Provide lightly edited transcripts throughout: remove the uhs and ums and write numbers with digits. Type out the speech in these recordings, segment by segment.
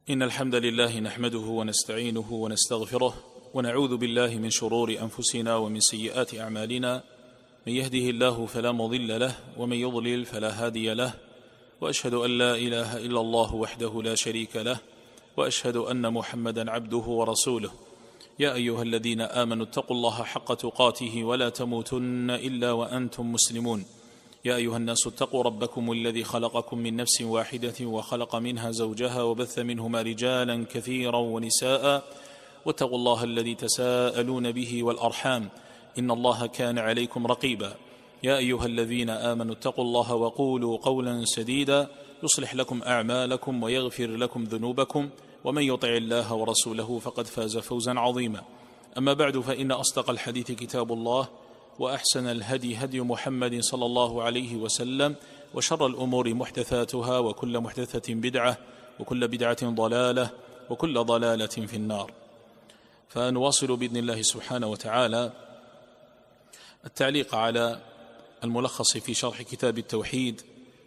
إن الحمد لله نحمده ونستعينه ونستغفره ونعوذ بالله من شرور أنفسنا ومن سيئات أعمالنا. من يهده الله فلا مضل له ومن يضلل فلا هادي له، وأشهد أن لا إله إلا الله وحده لا شريك له، وأشهد أن محمدا عبده ورسوله. يا أيها الذين آمنوا اتقوا الله حق تقاته ولا تموتن إلا وأنتم مسلمون. يا أيها الناس اتقوا ربكم الذي خلقكم من نفس واحدة وخلق منها زوجها وبث منهما رجالا كثيرا ونساء، واتقوا الله الذي تساءلون به والأرحام إن الله كان عليكم رقيبا. يا أيها الذين آمنوا اتقوا الله وقولوا قولا سديدا يصلح لكم أعمالكم ويغفر لكم ذنوبكم، ومن يطع الله ورسوله فقد فاز فوزا عظيما. أما بعد، فإن أصدق الحديث كتاب الله، وأحسن الهدي هدي محمد صلى الله عليه وسلم، وشر الأمور محدثاتها، وكل محدثة بدعة، وكل بدعة ضلالة، وكل ضلالة في النار. فنواصل بإذن الله سبحانه وتعالى التعليق على الملخص في شرح كتاب التوحيد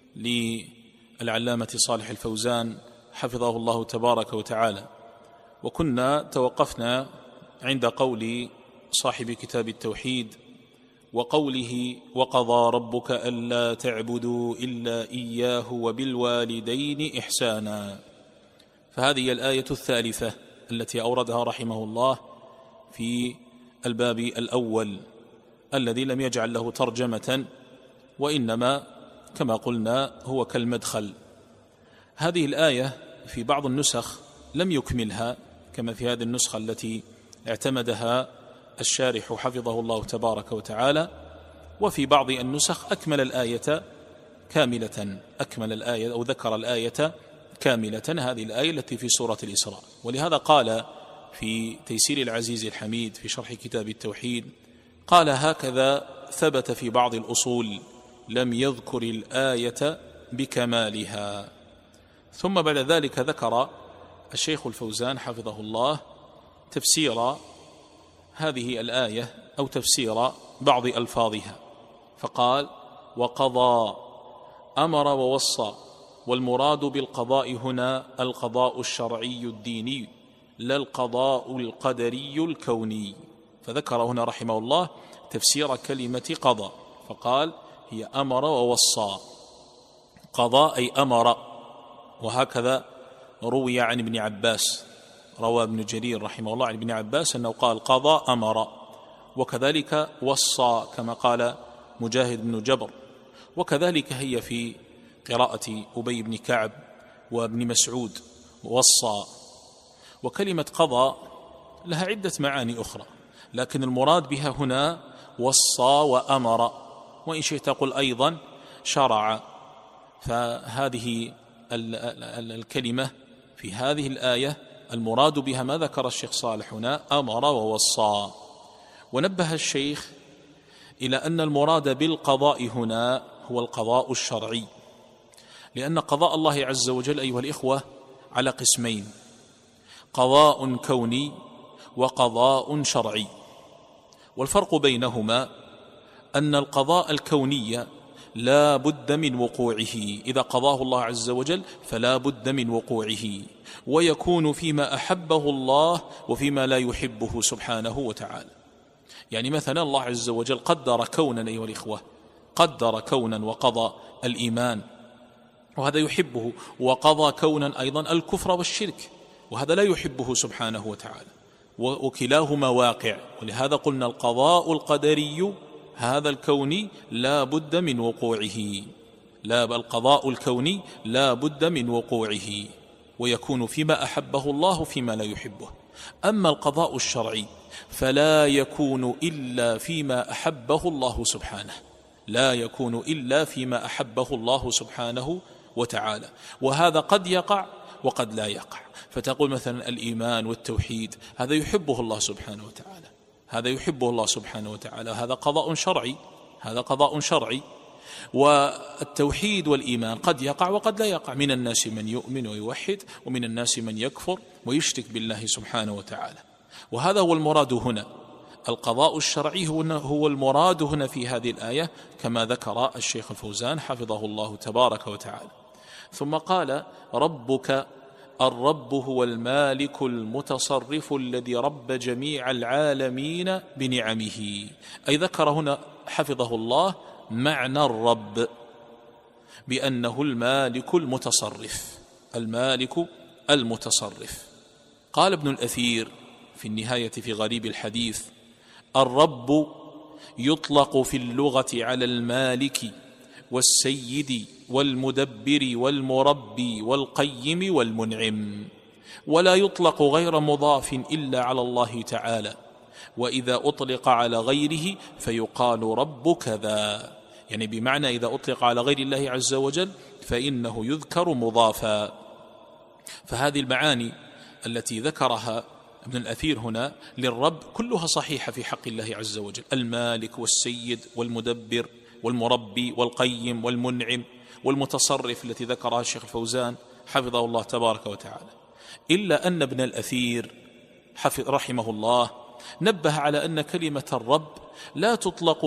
للعلامة صالح الفوزان حفظه الله تبارك وتعالى. وكنا توقفنا عند قول صاحب كتاب التوحيد وقوله: وقضى ربك ألا تعبدوا إلا إياه وبالوالدين إحسانا. فهذه الآية الثالثة التي أوردها رحمه الله في الباب الأول الذي لم يجعل له ترجمة، وإنما كما قلنا هو كالمدخل. هذه الآية في بعض النسخ لم يكملها كما في هذه النسخة التي اعتمدها الشارح حفظه الله تبارك وتعالى، وفي بعض النسخ أكمل الآية كاملة، أكمل الآية أو ذكر الآية كاملة، هذه الآية التي في سورة الإسراء. ولهذا قال في تيسير العزيز الحميد في شرح كتاب التوحيد، قال: هكذا ثبت في بعض الأصول، لم يذكر الآية بكمالها. ثم بعد ذلك ذكر الشيخ الفوزان حفظه الله تفسير هذه الآية أو تفسير بعض ألفاظها، فقال: وقضى أمر ووصى، والمراد بالقضاء هنا القضاء الشرعي الديني لا القضاء القدري الكوني. فذكر هنا رحمه الله تفسير كلمة قضى، فقال: هي أمر ووصى، قضى أي أمر. وهكذا روي عن ابن عباس، روى ابن جرير رحمه الله عن ابن عباس أنه قال: قضى أمر. وكذلك وصى كما قال مجاهد بن جبر. وكذلك هي في قراءة أبي بن كعب وابن مسعود، وصى. وكلمة قضى لها عدة معاني أخرى، لكن المراد بها هنا وصى وأمر، وإن شئت قل أيضا شرع. فهذه الكلمة في هذه الآية المراد بها ما ذكر الشيخ صالح هنا: أمر ووصى. ونبه الشيخ إلى أن المراد بالقضاء هنا هو القضاء الشرعي، لأن قضاء الله عز وجل أيها الإخوة على قسمين: قضاء كوني وقضاء شرعي. والفرق بينهما أن القضاء الكوني لا بد من وقوعه، إذا قضاه الله عز وجل فلا بد من وقوعه، ويكون فيما أحبه الله وفيما لا يحبه سبحانه وتعالى. يعني مثلا الله عز وجل قدر كونا أيها الإخوة، قدر كونا وقضى الإيمان وهذا يحبه، وقضى كونا أيضا الكفر والشرك وهذا لا يحبه سبحانه وتعالى، وكلاهما واقع. ولهذا قلنا القضاء القدري هذا الكوني لا بد من وقوعه، القضاء الكوني لا بد من وقوعه، ويكون فيما أحبه الله فيما لا يحبه. أما القضاء الشرعي فلا يكون إلا فيما أحبه الله سبحانه، لا يكون إلا فيما أحبه الله سبحانه وتعالى، وهذا قد يقع وقد لا يقع. فتقول مثلا الإيمان والتوحيد هذا يحبه الله سبحانه وتعالى، هذا يحبه الله سبحانه وتعالى، هذا قضاء شرعي، هذا قضاء شرعي. والتوحيد والإيمان قد يقع وقد لا يقع، من الناس من يؤمن ويوحد، ومن الناس من يكفر ويشرك بالله سبحانه وتعالى. وهذا هو المراد هنا، القضاء الشرعي هو المراد هنا في هذه الآية كما ذكر الشيخ الفوزان حفظه الله تبارك وتعالى. ثم قال: ربك الرب هو المالك المتصرف الذي رب جميع العالمين بنعمه. أي ذكر هنا حفظه الله معنى الرب بأنه المالك المتصرف، المالك المتصرف. قال ابن الأثير في النهاية في غريب الحديث: الرب يطلق في اللغة على المالك والسيد والمدبر والمربي والقيم والمنعم، ولا يطلق غير مضاف إلا على الله تعالى، وإذا أطلق على غيره فيقال رب كذا، يعني بمعنى إذا أطلق على غير الله عز وجل فإنه يذكر مضافا. فهذه المعاني التي ذكرها ابن الأثير هنا للرب كلها صحيحة في حق الله عز وجل: المالك والسيد والمدبر والمربي والقيم والمنعم والمتصرف التي ذكرها الشيخ الفوزان حفظه الله تبارك وتعالى. إلا أن ابن الأثير رحمه الله نبه على أن كلمة الرب لا تطلق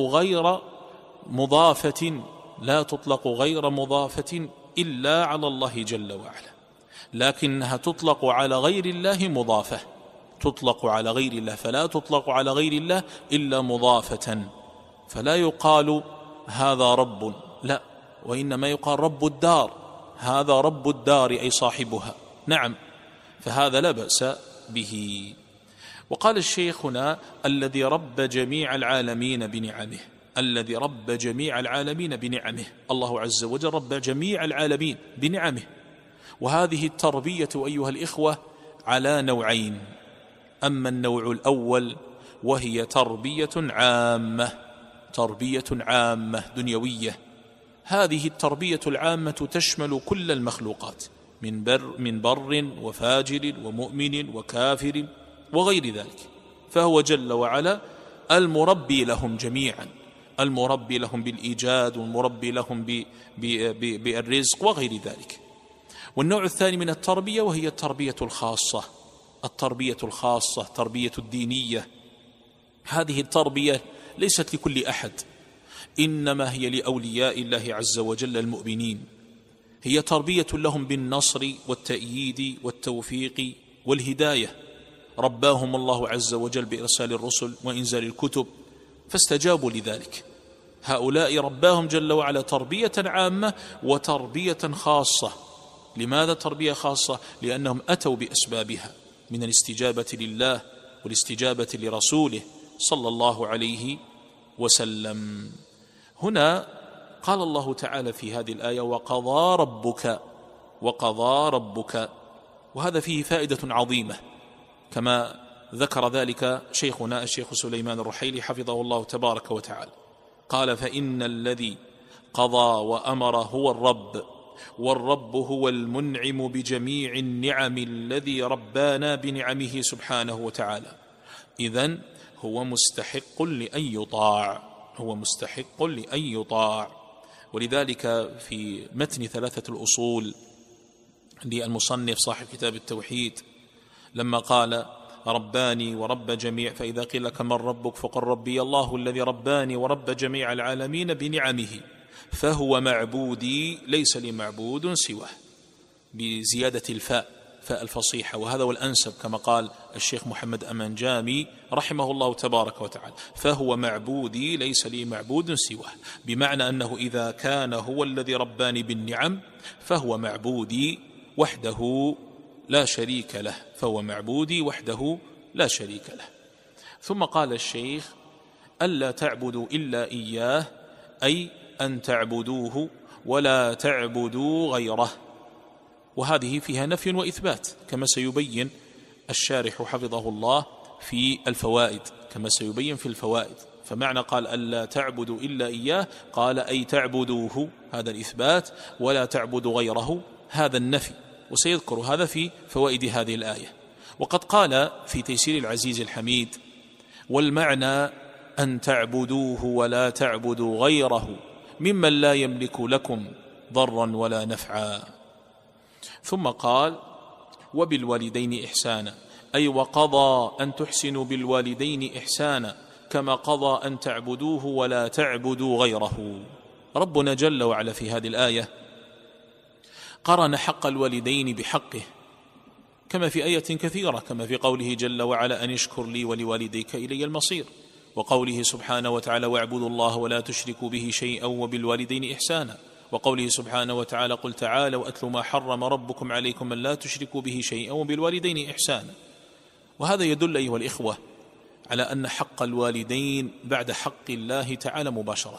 غير مضافة إلا على الله جل وعلا، لكنها تطلق على غير الله مضافة، تطلق على غير الله، فلا تطلق على غير الله إلا مضافة، فلا يقال هذا رب، لا، وإنما يقال رب الدار، هذا رب الدار أي صاحبها. نعم، فهذا لا بأس به. وقال الشيخ هنا: الذي رب جميع العالمين بنعمه، الذي رب جميع العالمين بنعمه. الله عز وجل رب جميع العالمين بنعمه، وهذه التربية أيها الإخوة على نوعين: أما النوع الأول وهي تربية عامة دنيوية، هذه التربية العامة تشمل كل المخلوقات من بر وفاجر ومؤمن وكافر وغير ذلك، فهو جل وعلا المربي لهم جميعا، المربي لهم بالإيجاد والمربي لهم بالرزق وغير ذلك. والنوع الثاني من التربية وهي التربية الخاصة، تربية الدينية. هذه التربية ليست لكل أحد، إنما هي لأولياء الله عز وجل المؤمنين، هي تربية لهم بالنصر والتأييد والتوفيق والهداية. رباهم الله عز وجل بإرسال الرسل وإنزال الكتب فاستجابوا لذلك. هؤلاء رباهم جل وعلا تربية عامة وتربية خاصة. لماذا تربية خاصة؟ لأنهم أتوا بأسبابها من الاستجابة لله والاستجابة لرسوله صلى الله عليه وسلم. هنا قال الله تعالى في هذه الآية: وقضى ربك، وهذا فيه فائدة عظيمة كما ذكر ذلك شيخنا الشيخ سليمان الرحيلي حفظه الله تبارك وتعالى. قال: فإن الذي قضى وأمر هو الرب، والرب هو المنعم بجميع النعم الذي ربانا بنعمه سبحانه وتعالى، إذن هو مستحق لأن يطاع. ولذلك في متن 3 الأصول للمصنف صاحب كتاب التوحيد لما قال: رباني ورب جميع، فإذا قيل لك من ربك فقل ربي الله الذي رباني ورب جميع العالمين بنعمه، فهو معبودي ليس لي معبود سواه، بزيادة الفاء الفصيحة، وهذا هو الأنسب كما قال الشيخ محمد أمان جامي رحمه الله تبارك وتعالى: فهو معبودي ليس لي معبود سواه، بمعنى أنه إذا كان هو الذي رباني بالنعم فهو معبودي وحده لا شريك له، ثم قال الشيخ: ألا تعبدوا إلا إياه، أي أن تعبدوه ولا تعبدوا غيره. وهذه فيها نفي وإثبات كما سيبين الشارح حفظه الله في الفوائد، فمعنى قال ألا تعبدوا إلا إياه، قال أي تعبدوه، هذا الإثبات، ولا تعبدوا غيره، هذا النفي، وسيذكر هذا في فوائد هذه الآية. وقد قال في تيسير العزيز الحميد: والمعنى أن تعبدوه ولا تعبدوا غيره ممن لا يملك لكم ضرا ولا نفعا. ثم قال: وبالوالدين إحسانا، أي وقضى أن تحسنوا بالوالدين إحسانا كما قضى أن تعبدوه ولا تعبدوا غيره. ربنا جل وعلا في هذه الآية قرن حق الوالدين بحقه، كما في آية كثيرة، كما في قوله جل وعلا: أن اشكر لي ولوالديك إلي المصير، وقوله سبحانه وتعالى: واعبدوا الله ولا تشركوا به شيئا وبالوالدين إحسانا، وقوله سبحانه وتعالى: قل تعالوا أتل ما حرم ربكم عليكم أن لا تشركوا به شيئا وبالوالدين إحسانا. وهذا يدل أيها الإخوة على أن حق الوالدين بعد حق الله تعالى مباشرة،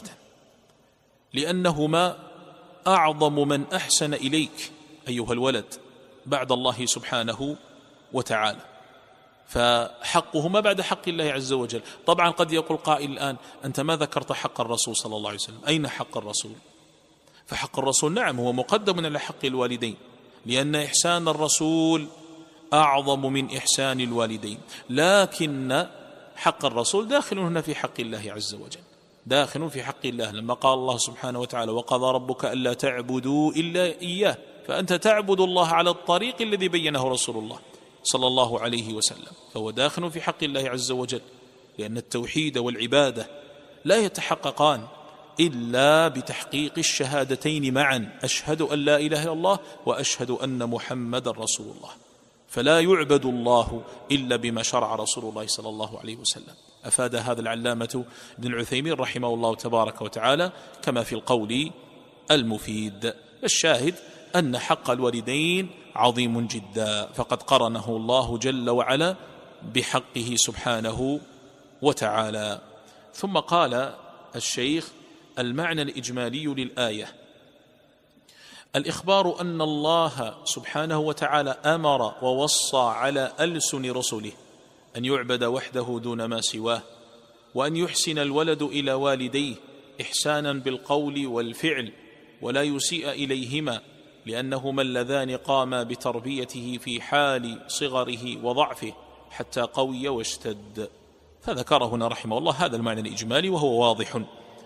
لأنهما أعظم من أحسن إليك أيها الولد بعد الله سبحانه وتعالى، فحقهما بعد حق الله عز وجل. طبعا قد يقول قائل الآن: أنت ما ذكرت حق الرسول صلى الله عليه وسلم، أين حق الرسول؟ فحق الرسول نعم هو مقدم على حق الوالدين، لأن إحسان الرسول أعظم من إحسان الوالدين، لكن حق الرسول داخل هنا في حق الله عز وجل، داخل في حق الله، لما قال الله سبحانه وتعالى: وقضى ربك ألا تعبدوا إلا إياه، فأنت تعبد الله على الطريق الذي بينه رسول الله صلى الله عليه وسلم، فهو داخل في حق الله عز وجل، لأن التوحيد والعبادة لا يتحققان إلا بتحقيق الشهادتين معا: أشهد أن لا إله إلا الله وأشهد أن محمد رسول الله، فلا يعبد الله إلا بما شرع رسول الله صلى الله عليه وسلم. أفاد هذا العلامة ابن العثيمين رحمه الله تبارك وتعالى كما في القول المفيد. الشاهد أن حق الوالدين عظيم جدا، فقد قرنه الله جل وعلا بحقه سبحانه وتعالى. ثم قال الشيخ: المعنى الإجمالي للآية: الإخبار أن الله سبحانه وتعالى أمر ووصى على ألسن رسله أن يعبد وحده دون ما سواه، وأن يحسن الولد إلى والديه إحسانا بالقول والفعل، ولا يسيء إليهما، لأنهما اللذان قاما بتربيته في حال صغره وضعفه حتى قوي واشتد. فذكر هنا رحمه الله هذا المعنى الإجمالي وهو واضح.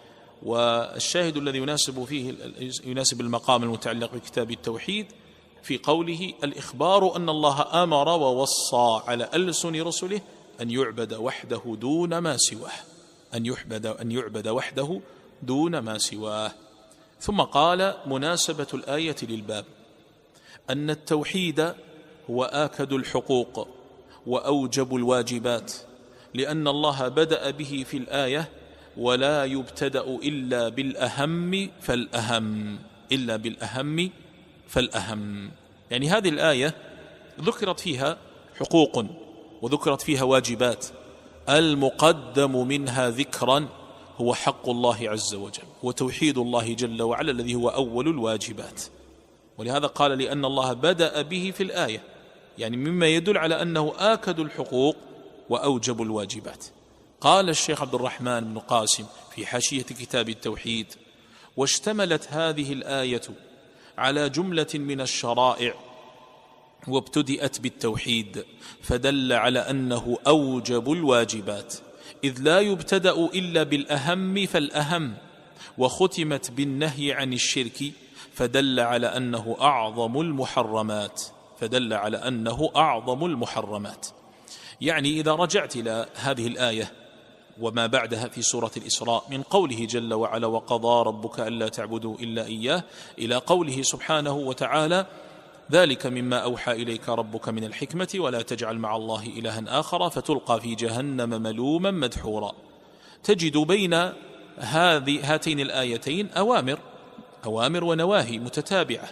والشاهد الذي يناسب المقام المتعلق بكتاب التوحيد في قوله: الإخبار أن الله أمر ووصى على ألسن رسله أن يعبد وحده دون ما سواه، أن يعبد وحده دون ما سواه. ثم قال: مناسبة الآية للباب أن التوحيد هو آكد الحقوق وأوجب الواجبات، لأن الله بدأ به في الآية: ولا يبتدأ إلا بالأهم فالأهم، إلا بالأهم فالأهم. يعني هذه الآية ذكرت فيها حقوق وذكرت فيها واجبات، المقدم منها ذكرا هو حق الله عز وجل وتوحيد الله جل وعلا الذي هو أول الواجبات. ولهذا قال: لأن الله بدأ به في الآية، يعني مما يدل على أنه آكد الحقوق وأوجب الواجبات. قال الشيخ عبد الرحمن بن قاسم في حاشية كتاب التوحيد: واشتملت هذه الآية على جملة من الشرائع وابتدأت بالتوحيد، فدل على أنه أوجب الواجبات، إذ لا يبتدأ إلا بالأهم فالأهم، وختمت بالنهي عن الشرك، فدل على أنه أعظم المحرمات، فدل على أنه أعظم المحرمات. يعني إذا رجعت إلى هذه الآية وما بعدها في سورة الإسراء من قوله جل وعلا: وقضى ربك ألا تعبدوا إلا إياه، إلى قوله سبحانه وتعالى: ذلك مما أوحى إليك ربك من الحكمة ولا تجعل مع الله إلها آخر فتلقى في جهنم ملوما مدحورا. تجد بين هاتين الآيتين أوامر ونواهي متتابعة،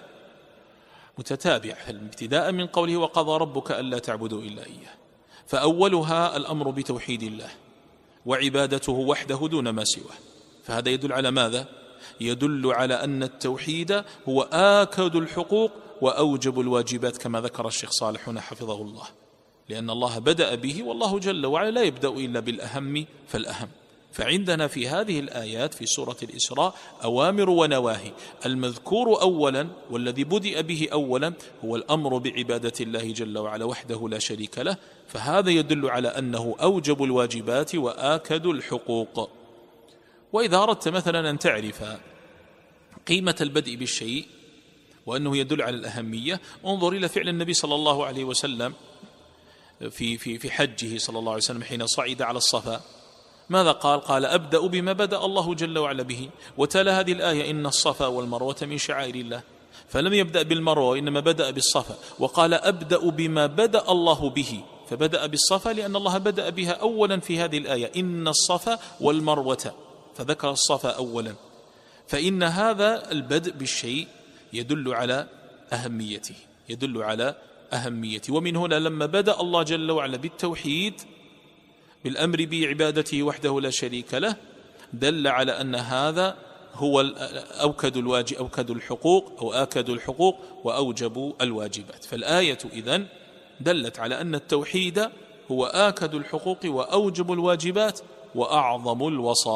ابتداء من قوله: وقضى ربك ألا تعبدوا إلا إياه، فأولها الأمر بتوحيد الله وعبادته وحده دون ما سواه. فهذا يدل على ماذا؟ يدل على أن التوحيد هو آكد الحقوق وأوجب الواجبات، كما ذكر الشيخ صالح هنا حفظه الله، لأن الله بدأ به، والله جل وعلا لا يبدأ إلا بالأهم فالأهم. فعندنا في هذه الآيات في سورة الإسراء أوامر ونواهي، المذكور أولا والذي بدأ به أولا هو الأمر بعبادة الله جل وعلا وحده لا شريك له، فهذا يدل على أنه أوجب الواجبات وآكد الحقوق. وإذا أردت مثلا أن تعرف قيمة البدء بالشيء وأنه يدل على الأهمية، انظر إلى فعل النبي صلى الله عليه وسلم في حجه صلى الله عليه وسلم حين صعد على الصفا. ماذا قال؟ قال: أبدأ بما بدأ الله جل وعلا به، وتلا هذه الآية: إن الصفا والمروة من شعائر الله. فلم يبدأ بالمروة وإنما بدأ بالصفا، وقال أبدأ بما بدأ الله به، فبدأ بالصفا لأن الله بدأ بها أولا في هذه الآية، إن الصفا والمروة، فذكر الصفا أولا. فإن هذا البدء بالشيء يدل على أهميته، يدل على أهميته. ومن هنا لما بدأ الله جل وعلا بالتوحيد بالأمر بعبادته وحده لا شريك له، دل على أن هذا هو أوكد الحقوق أو آكد الحقوق وأوجب الواجبات. فالآية إذن دلت على أن التوحيد هو آكد الحقوق وأوجب الواجبات وأعظم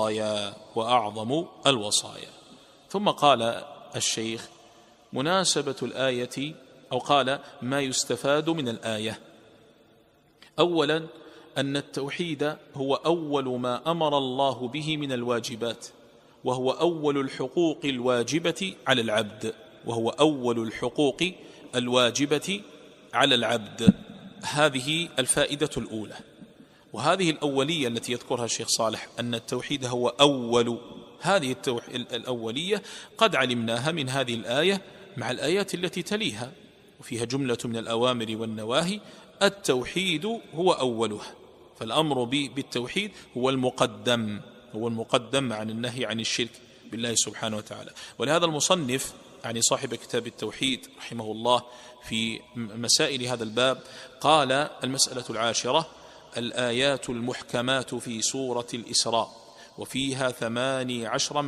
الوصايا. ثم قال الشيخ مناسبة الآية، أو قال ما يستفاد من الآية. أولا أن التوحيد هو أول ما أمر الله به من الواجبات، وهو أول الحقوق الواجبة على العبد، وهو أول الحقوق الواجبة على العبد. هذه الفائدة الأولى. وهذه الأولية التي يذكرها الشيخ صالح أن التوحيد هو أول، هذه الأولية قد علمناها من هذه الآية مع الآيات التي تليها، وفيها جملة من الأوامر والنواهي، التوحيد هو أولها. فالأمر بالتوحيد هو المقدم عن النهي عن الشرك بالله سبحانه وتعالى. ولهذا المصنف يعني صاحب كتاب التوحيد رحمه الله في مسائل هذا الباب قال: المسألة 10 الآيات المحكمات في سورة الإسراء، وفيها 18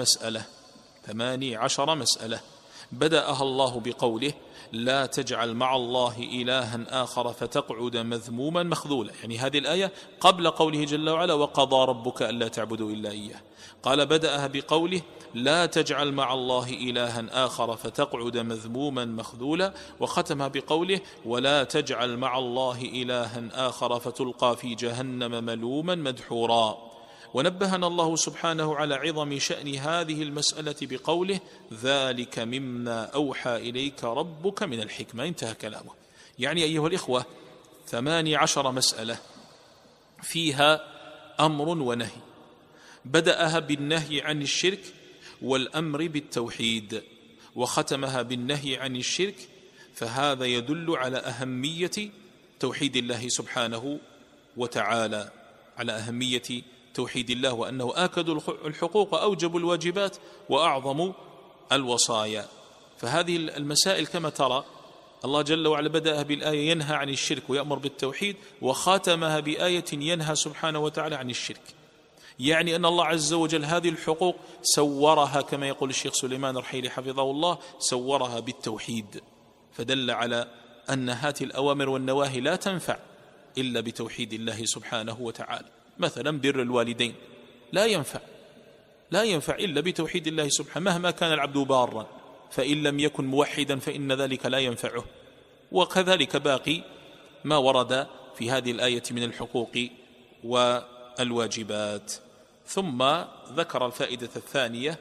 مسألة بدأها الله بقوله: لا تجعل مع الله إلها آخر فتقعد مذموما مخذولا. يعني هذه الآية قبل قوله جل وعلا: وقضى ربك ألا تعبدوا إلا إياه. قال بدأها بقوله: لا تجعل مع الله إلها آخر فتقعد مذموما مخذولا، وختمها بقوله: ولا تجعل مع الله إلها آخر فتلقى في جهنم ملوما مدحورا. ونبهنا الله سبحانه على عظم شأن هذه المسألة بقوله: ذلك مما أوحى إليك ربك من الحكمة. انتهى كلامه. يعني أيها الإخوة 18 مسألة فيها أمر ونهي، بدأها بالنهي عن الشرك والأمر بالتوحيد، وختمها بالنهي عن الشرك، فهذا يدل على أهمية توحيد الله سبحانه وتعالى، على أهمية توحيد الله، وأنه آكد الحقوق وأوجب الواجبات وأعظم الوصايا. فهذه المسائل كما ترى الله جل وعلا بدأها بالآية ينهى عن الشرك ويأمر بالتوحيد، وخاتمها بآية ينهى سبحانه وتعالى عن الشرك. يعني أن الله عز وجل هذه الحقوق سورها كما يقول الشيخ سليمان الرحيلي حفظه الله، سورها بالتوحيد، فدل على أن هذه الأوامر والنواهي لا تنفع إلا بتوحيد الله سبحانه وتعالى. مثلا بر الوالدين لا ينفع إلا بتوحيد الله سبحانه، مهما كان العبد بارا فإن لم يكن موحدا فإن ذلك لا ينفعه. وكذلك باقي ما ورد في هذه الآية من الحقوق والواجبات. ثم ذكر الفائدة الثانية،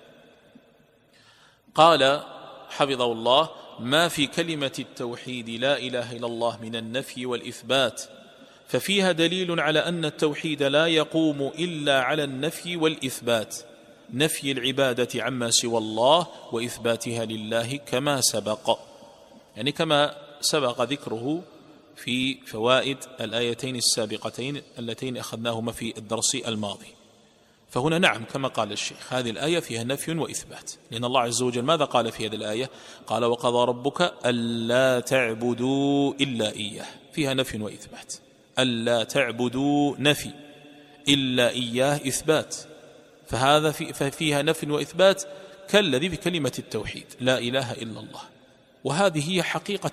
قال حفظه الله: ما في كلمة التوحيد لا إله إلا الله من النفي والإثبات، ففيها دليل على أن التوحيد لا يقوم إلا على النفي والإثبات، نفي العبادة عما سوى الله وإثباتها لله كما سبق، يعني كما سبق ذكره في فوائد الآيتين السابقتين اللتين أخذناهما في الدرس الماضي. فهنا نعم كما قال الشيخ هذه الآية فيها نفي وإثبات، لأن الله عز وجل ماذا قال في هذه الآية؟ قال: وقضى ربك ألا تعبدوا إلا إياه، فيها نفي وإثبات. ألا تعبدوا نفي، إلا إياه إثبات، فهذا فيها نفي وإثبات كالذي في كلمة التوحيد لا إله إلا الله. وهذه هي حقيقة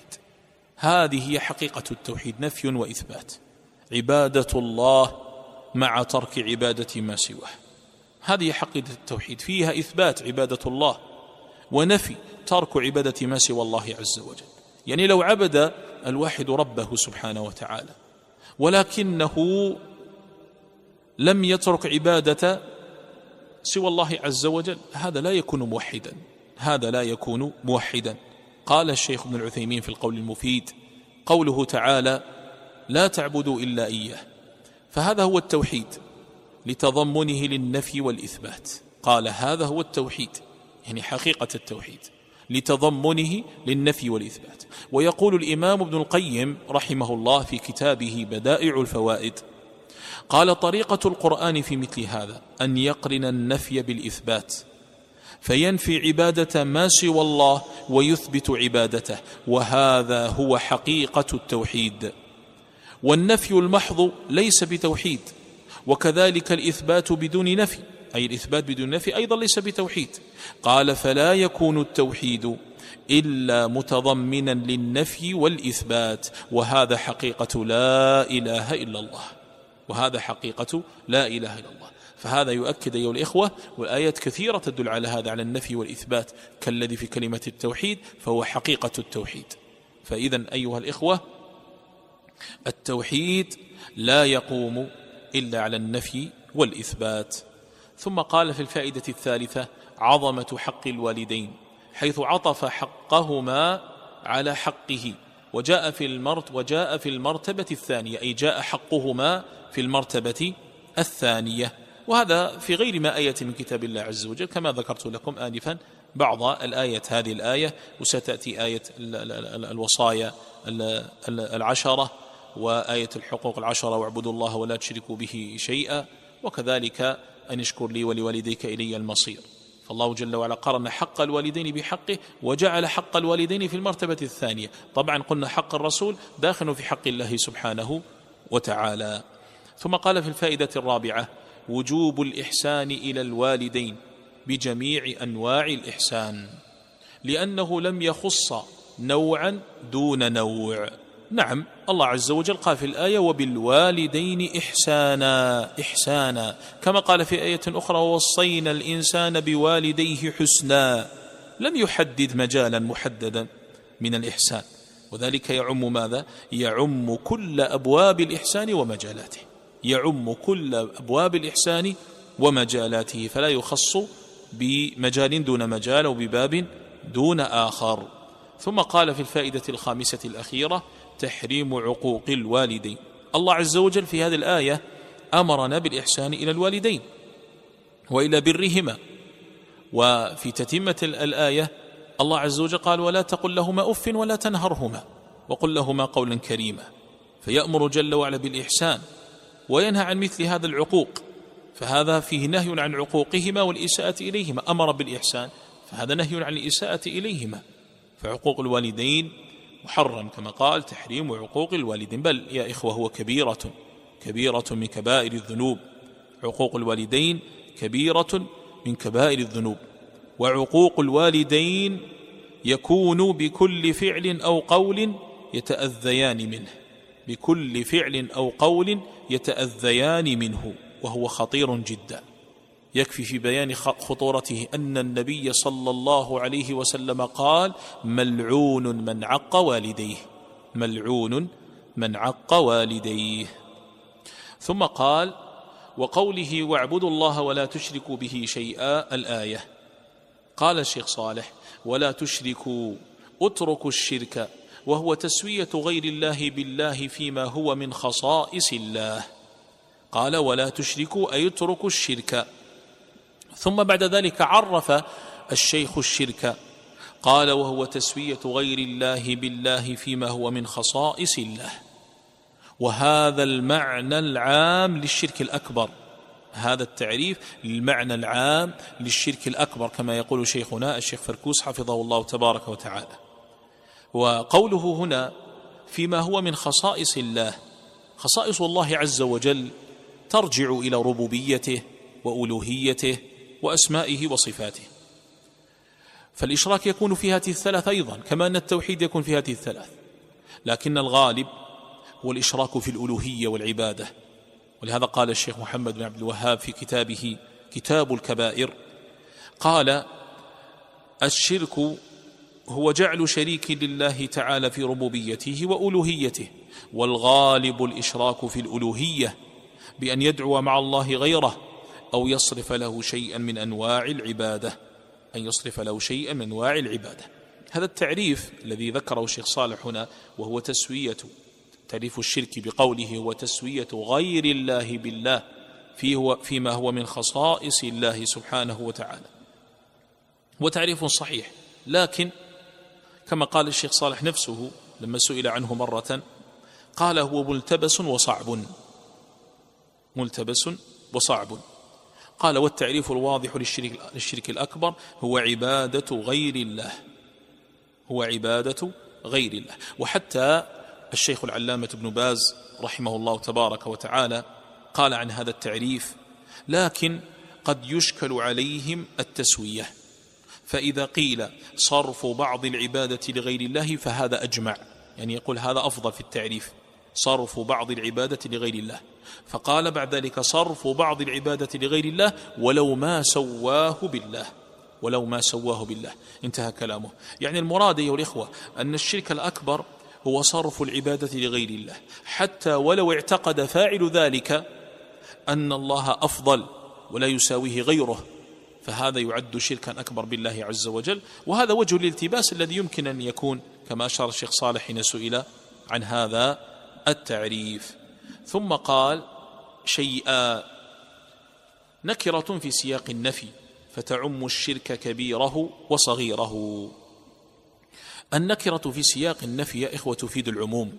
التوحيد، نفي وإثبات، عبادة الله مع ترك عبادة ما سواه. هذه حقيقة التوحيد، فيها إثبات عبادة الله ونفي ترك عبادة ما سوى الله عز وجل. يعني لو عبد الواحد ربه سبحانه وتعالى ولكنه لم يترك عبادة سوى الله عز وجل، هذا لا يكون موحدا. قال الشيخ ابن العثيمين في القول المفيد: قوله تعالى: لا تعبدوا إلا إياه، فهذا هو التوحيد لتضمنه للنفي والإثبات. قال: هذا هو التوحيد، يعني حقيقة التوحيد، لتضمنه للنفي والإثبات. ويقول الإمام ابن القيم رحمه الله في كتابه بدائع الفوائد قال: طريقة القرآن في مثل هذا أن يقرن النفي بالإثبات، فينفي عبادة ما سوى الله ويثبت عبادته، وهذا هو حقيقة التوحيد. والنفي المحض ليس بتوحيد، وكذلك الإثبات بدون نفي، أي الإثبات بدون نفي أيضا ليس بتوحيد. قال: فلا يكون التوحيد إلا متضمنا للنفي والإثبات، وهذا حقيقة لا إله إلا الله، وهذا حقيقة لا إله إلا الله. فهذا يؤكد أيها الإخوة، والآيات كثيرة تدل على هذا، على النفي والإثبات كالذي في كلمة التوحيد، فهو حقيقة التوحيد. فإذن أيها الإخوة، التوحيد لا يقوم إلا على النفي والإثبات. ثم قال في الفائدة الثالثة: عظمة حق الوالدين، حيث عطف حقهما على حقه، وجاء في المرتبة الثانية، أي جاء حقهما في المرتبة الثانية. وهذا في غير ما آية من كتاب الله عز وجل، كما ذكرت لكم آنفا بعض الآية، هذه الآية، وستأتي آية الوصايا العشرة، وآية الحقوق العشرة: واعبدوا الله ولا تشركوا به شيئا، وكذلك أن اشكر لي ولوالديك إلي المصير. فالله جل وعلا قرن حق الوالدين بحقه، وجعل حق الوالدين في المرتبة الثانية. طبعا قلنا حق الرسول داخل في حق الله سبحانه وتعالى. ثم قال في الفائدة الرابعة: وجوب الإحسان إلى الوالدين بجميع أنواع الإحسان، لأنه لم يخص نوعا دون نوع. نعم، الله عز وجل قال في الآية: وبالوالدين إحسانا، كما قال في آية أخرى: ووصينا الإنسان بوالديه حسنا. لم يحدد مجالا محددا من الإحسان، وذلك يعم ماذا؟ يعم كل أبواب الإحسان ومجالاته، يعم كل أبواب الإحسان ومجالاته، فلا يخص بمجال دون مجال وبباب دون آخر. ثم قال في الفائدة الخامسة الأخيرة: تحريم عقوق الوالدين. الله عز وجل في هذه الآية أمرنا بالإحسان إلى الوالدين وإلى برهما، وفي تتمة الآية الله عز وجل قال: ولا تقل لهما أف ولا تنهرهما وقل لهما قولا كريما. فيأمر جل وعلا بالإحسان وينهى عن مثل هذا العقوق، فهذا فيه نهي عن عقوقهما والإساءة إليهما. أمر بالإحسان، فهذا نهي عن الإساءة إليهما. فعقوق الوالدين محرم، كما قال: تحريم عقوق الوالدين، بل يا إخوة هو كبيرة من كبائر الذنوب. عقوق الوالدين كبيرة من كبائر الذنوب. وعقوق الوالدين يكون بكل فعل أو قول يتأذيان منه، بكل فعل أو قول يتأذيان منه، وهو خطير جدا. يكفي في بيان خطورته أن النبي صلى الله عليه وسلم قال: ملعون من عق والديه، ملعون من عق والديه. ثم قال: وقوله: واعبدوا الله ولا تشركوا به شيئا، الآية. قال الشيخ صالح: ولا تشركوا، اتركوا الشرك، وهو تسوية غير الله بالله فيما هو من خصائص الله. قال: ولا تشركوا، أي اتركوا الشرك. ثم بعد ذلك عرف الشيخ الشرك، قال: وهو تسوية غير الله بالله فيما هو من خصائص الله. وهذا المعنى العام للشرك الأكبر، هذا التعريف للمعنى العام للشرك الأكبر، كما يقول شيخنا الشيخ فركوس حفظه الله تبارك وتعالى. وقوله هنا فيما هو من خصائص الله، خصائص الله عز وجل ترجع إلى ربوبيته وألوهيته وأسمائه وصفاته، فالإشراك يكون في هذه الثلاث أيضا، كما أن التوحيد يكون في هذه الثلاث، لكن الغالب هو الإشراك في الألوهية والعبادة. ولهذا قال الشيخ محمد بن عبد الوهاب في كتابه كتاب الكبائر، قال: الشرك هو جعل شريك لله تعالى في ربوبيته وألوهيته، والغالب الإشراك في الألوهية بأن يدعو مع الله غيره أو يصرف له شيئا من أنواع العبادة، أن يصرف له شيئا من أنواع العبادة. هذا التعريف الذي ذكره الشيخ صالح هنا، وهو تعريف الشرك بقوله: هو تسوية غير الله بالله فيما هو من خصائص الله سبحانه وتعالى، وتعريف صحيح، لكن كما قال الشيخ صالح نفسه لما سئل عنه مرة قال هو ملتبس وصعب، ملتبس وصعب. قال والتعريف الواضح للشرك الأكبر هو عبادة غير الله، هو عبادة غير الله. وحتى الشيخ العلامة ابن باز رحمه الله تبارك وتعالى قال عن هذا التعريف لكن قد يشكل عليهم التسوية، فإذا قيل صرف بعض العبادة لغير الله فهذا أجمع، يعني يقول هذا أفضل في التعريف، صرف بعض العبادة لغير الله. فقال بعد ذلك صرف بعض العبادة لغير الله ولو ما سواه بالله، ولو ما سواه بالله، انتهى كلامه. يعني المراد أيها الإخوة أن الشرك الأكبر هو صرف العبادة لغير الله، حتى ولو اعتقد فاعل ذلك أن الله أفضل ولا يساويه غيره، فهذا يعد شركا أكبر بالله عز وجل. وهذا وجه الالتباس الذي يمكن أن يكون كما أشار الشيخ صالح حين سئل عن هذا التعريف. ثم قال شيئا نكرة في سياق النفي فتعم الشرك كبيره وصغيره. النكرة في سياق النفي يا إخوة تفيد العموم،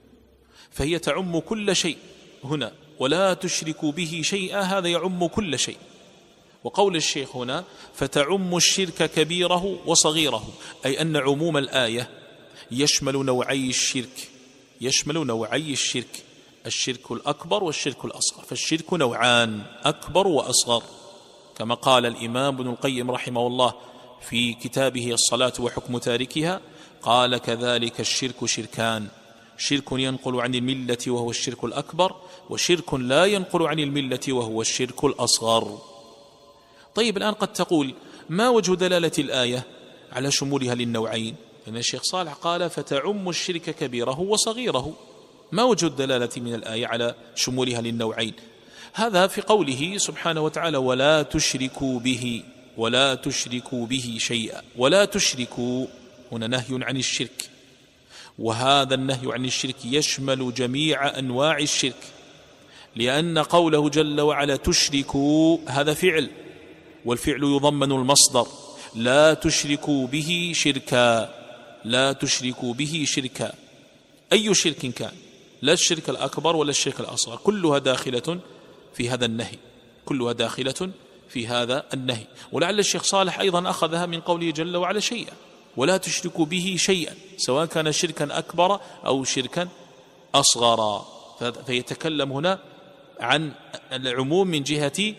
فهي تعم كل شيء هنا، ولا تشركوا به شيئا هذا يعم كل شيء. وقول الشيخ هنا فتعم الشرك كبيره وصغيره، أي أن عموم الآية يشمل نوعي الشرك، يشمل نوعي الشرك، الشرك الأكبر والشرك الأصغر. فالشرك نوعان، أكبر وأصغر، كما قال الإمام ابن القيم رحمه الله في كتابه الصلاة وحكم تاركها، قال كذلك الشرك شركان، شرك ينقل عن الملة وهو الشرك الأكبر، وشرك لا ينقل عن الملة وهو الشرك الأصغر. طيب الآن قد تقول ما وجه دلالة الآية على شمولها للنوعين؟ لأن الشيخ صالح قال فتعم الشرك كبيره وصغيره، ما وجه الدلالة من الآية على شمولها للنوعين؟ هذا في قوله سبحانه وتعالى ولا تشركوا به، ولا تشركوا به شيئا. ولا تشركوا هنا نهي عن الشرك، وهذا النهي عن الشرك يشمل جميع أنواع الشرك، لأن قوله جل وعلا تشركوا هذا فعل، والفعل يضمن المصدر، لا تشركوا به شركا، لا تشركوا به شركا، أي شرك كان، لا الشرك الأكبر ولا الشرك الأصغر، كلها داخلة في هذا النهي، كلها داخلة في هذا النهي. ولعل الشيخ صالح أيضا أخذها من قوله جل وعلا شيئا، ولا تشركوا به شيئا، سواء كان شركا أكبر أو شركا أصغر. فيتكلم هنا عن العموم من جهة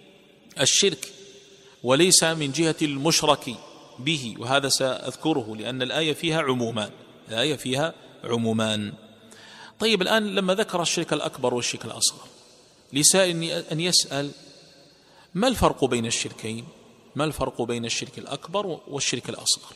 الشرك وليس من جهة المشرك به، وهذا سأذكره لأن الآية فيها عمومان، الآية فيها عمومان. طيب الآن لما ذكر الشرك الأكبر والشرك الأصغر لسائل أن يسأل ما الفرق بين الشركين؟ ما الفرق بين الشرك الأكبر والشرك الأصغر؟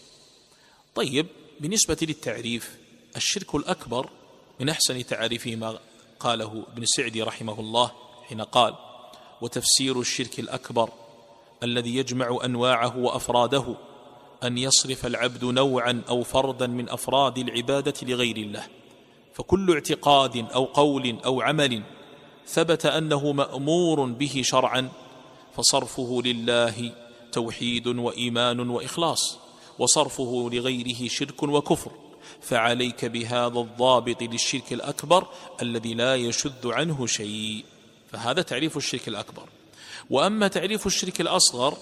طيب بالنسبة للتعريف الشرك الأكبر من أحسن تعريفه ما قاله ابن سعدي رحمه الله حين قال وتفسير الشرك الأكبر الذي يجمع أنواعه وأفراده أن يصرف العبد نوعا أو فردا من أفراد العبادة لغير الله، فكل اعتقاد أو قول أو عمل ثبت أنه مأمور به شرعا فصرفه لله توحيد وإيمان وإخلاص، وصرفه لغيره شرك وكفر، فعليك بهذا الضابط للشرك الأكبر الذي لا يشذ عنه شيء. فهذا تعريف الشرك الأكبر. وأما تعريف الشرك الأصغر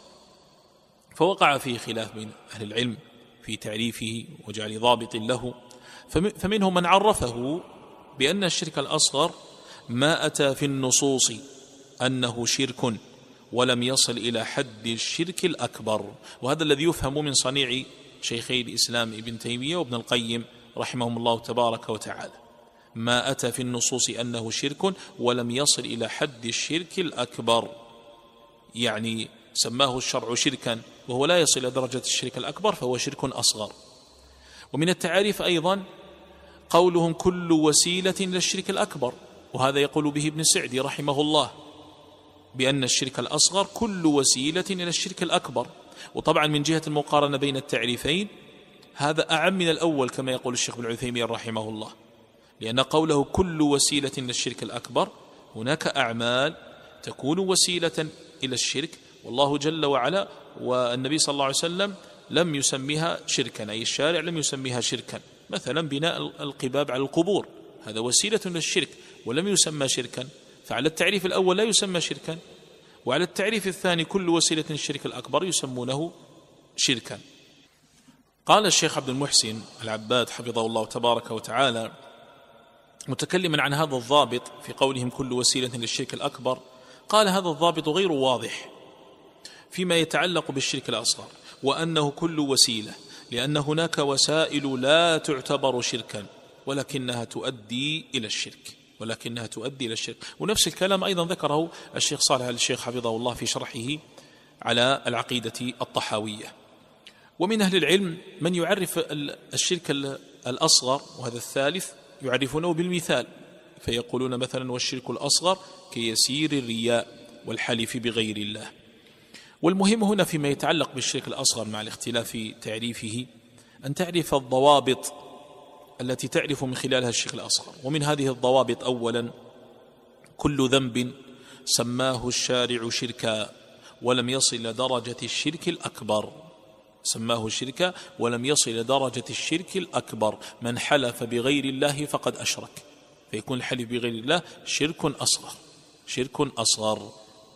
فوقع فيه خلاف بين أهل العلم في تعريفه وجعل ضابط له، فمنهم من عرفه بأن الشرك الأصغر ما أتى في النصوص أنه شرك ولم يصل إلى حد الشرك الأكبر، وهذا الذي يفهم من صنيع شيخي الإسلام ابن تيمية وابن القيم رحمهم الله تبارك وتعالى، ما أتى في النصوص أنه شرك ولم يصل إلى حد الشرك الأكبر، يعني سماه الشرع شركا وهو لا يصل إلى درجة الشرك الأكبر فهو شرك أصغر. ومن التعاريف أيضا قولهم كل وسيلة للشرك الأكبر، وهذا يقول به ابن سعدي رحمه الله بأن الشرك الأصغر كل وسيلة إلى الشرك الأكبر. وطبعا من جهة المقارنة بين التعريفين هذا أعم من الأول كما يقول الشيخ ابن عثيمين رحمه الله، لأن قوله كل وسيلة للشرك الأكبر هناك أعمال تكون وسيلة إلى الشرك، والله جل وعلا والنبي صلى الله عليه وسلم لم يسميها شركا، أي الشارع لم يسميها شركا. مثلا بناء القباب على القبور هذا وسيلة للشرك ولم يسمى شركا، فعلى التعريف الأول لا يسمى شركا، وعلى التعريف الثاني كل وسيلة للشرك الأكبر يسمونه شركا. قال الشيخ عبد المحسن العباد حفظه الله تبارك وتعالى متكلما عن هذا الضابط في قولهم كل وسيلة للشرك الأكبر، قال هذا الضابط غير واضح فيما يتعلق بالشرك الأصغر، وأنه كل وسيلة، لأن هناك وسائل لا تعتبر شركا ولكنها تؤدي إلى الشرك، ونفس الكلام أيضا ذكره الشيخ صالح الشيخ حفظه الله في شرحه على العقيدة الطحاوية. ومن أهل العلم من يعرف الشرك الأصغر وهذا الثالث يعرفونه بالمثال، فيقولون مثلا والشرك الأصغر كيسير الرياء والحلف بغير الله. والمهم هنا فيما يتعلق بالشرك الأصغر مع الاختلاف في تعريفه أن تعرف الضوابط التي تعرف من خلالها الشرك الأصغر. ومن هذه الضوابط أولا كل ذنب سماه الشارع شركا ولم يصل إلى درجة الشرك الأكبر، سماه شركا ولم يصل إلى درجة الشرك الأكبر. من حلف بغير الله فقد أشرك، فيكون الحلف بغير الله شرك أصغر.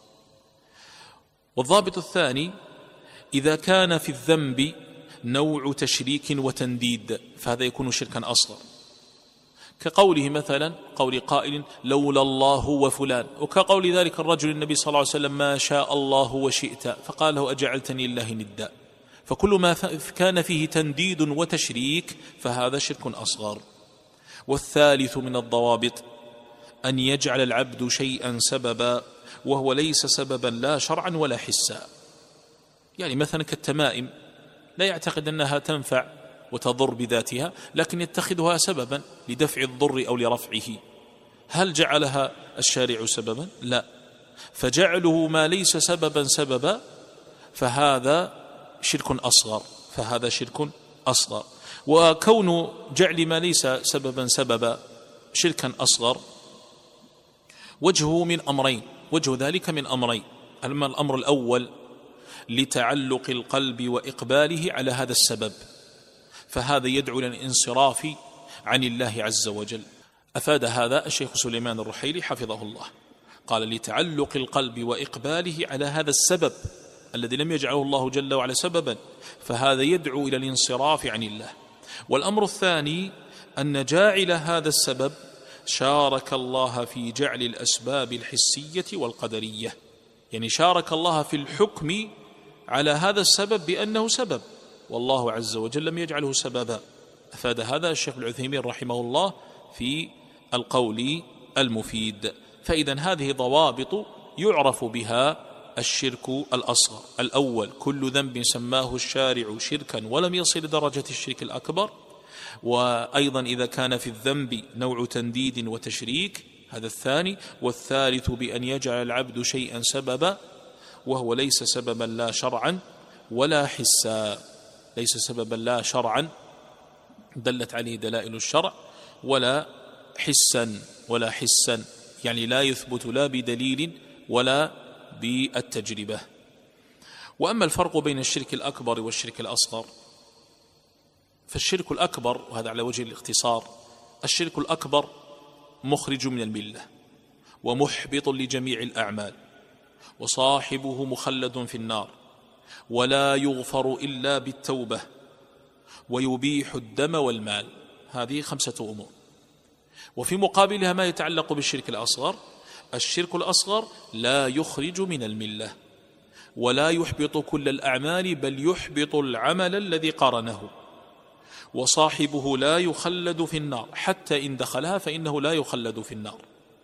والضابط الثاني إذا كان في الذنب نوع تشريك وتنديد فهذا يكون شركا أصغر، كقوله مثلا قول قائل لولا الله وفلان، وكقول ذلك الرجل النبي صلى الله عليه وسلم ما شاء الله وشئت، فقال له أجعلتني لله ندا. فكل ما كان فيه تنديد وتشريك فهذا شرك أصغر. والثالث من الضوابط أن يجعل العبد شيئا سببا وهو ليس سببا لا شرعا ولا حسا، يعني مثلا كالتمائم لا يعتقد أنها تنفع وتضر بذاتها، لكن يتخذها سببا لدفع الضر أو لرفعه. هل جعلها الشارع سببا؟ لا، فجعله ما ليس سببا فهذا شرك أصغر. وكون جعل ما ليس سببا شركا أصغر وجه ذلك من أمرين. الأمر الأول لتعلق القلب وإقباله على هذا السبب، فهذا يدعو إلى الانصراف عن الله عز وجل. أفاد هذا الشيخ سليمان الرحيلي حفظه الله، قال لتعلق القلب وإقباله على هذا السبب الذي لم يجعله الله جل وعلا سببا، فهذا يدعو إلى الانصراف عن الله. والأمر الثاني أن جاعل هذا السبب شارك الله في جعل الأسباب الحسية والقدرية، يعني شارك الله في الحكم على هذا السبب بأنه سبب والله عز وجل لم يجعله سببا. أفاد هذا الشيخ العثيمين رحمه الله في القول المفيد. فإذا هذه ضوابط يعرف بها الشرك الأصغر. الأول كل ذنب سماه الشارع شركا ولم يصل لدرجة الشرك الأكبر، وأيضا إذا كان في الذنب نوع تنديد وتشريك، هذا الثاني. والثالث بأن يجعل العبد شيئا سببا وهو ليس سببا لا شرعا ولا حسا، ليس سببا لا شرعا دلت عليه دلائل الشرع ولا حسا، يعني لا يثبت لا بدليل ولا بالتجربة. وأما الفرق بين الشرك الأكبر والشرك الأصغر فالشرك الأكبر، وهذا على وجه الاختصار، الشرك الأكبر مخرج من الملة ومحبط لجميع الأعمال وصاحبه مخلد في النار ولا يغفر إلا بالتوبة ويبيح الدم والمال. هذه 5 أمور. وفي مقابلها ما يتعلق بالشرك الأصغر، الشرك الأصغر لا يخرج من الملة ولا يحبط كل الأعمال بل يحبط العمل الذي قرنه، وصاحبه لا يخلد في النار حتى إن دخلها فإنه لا يخلد في النار.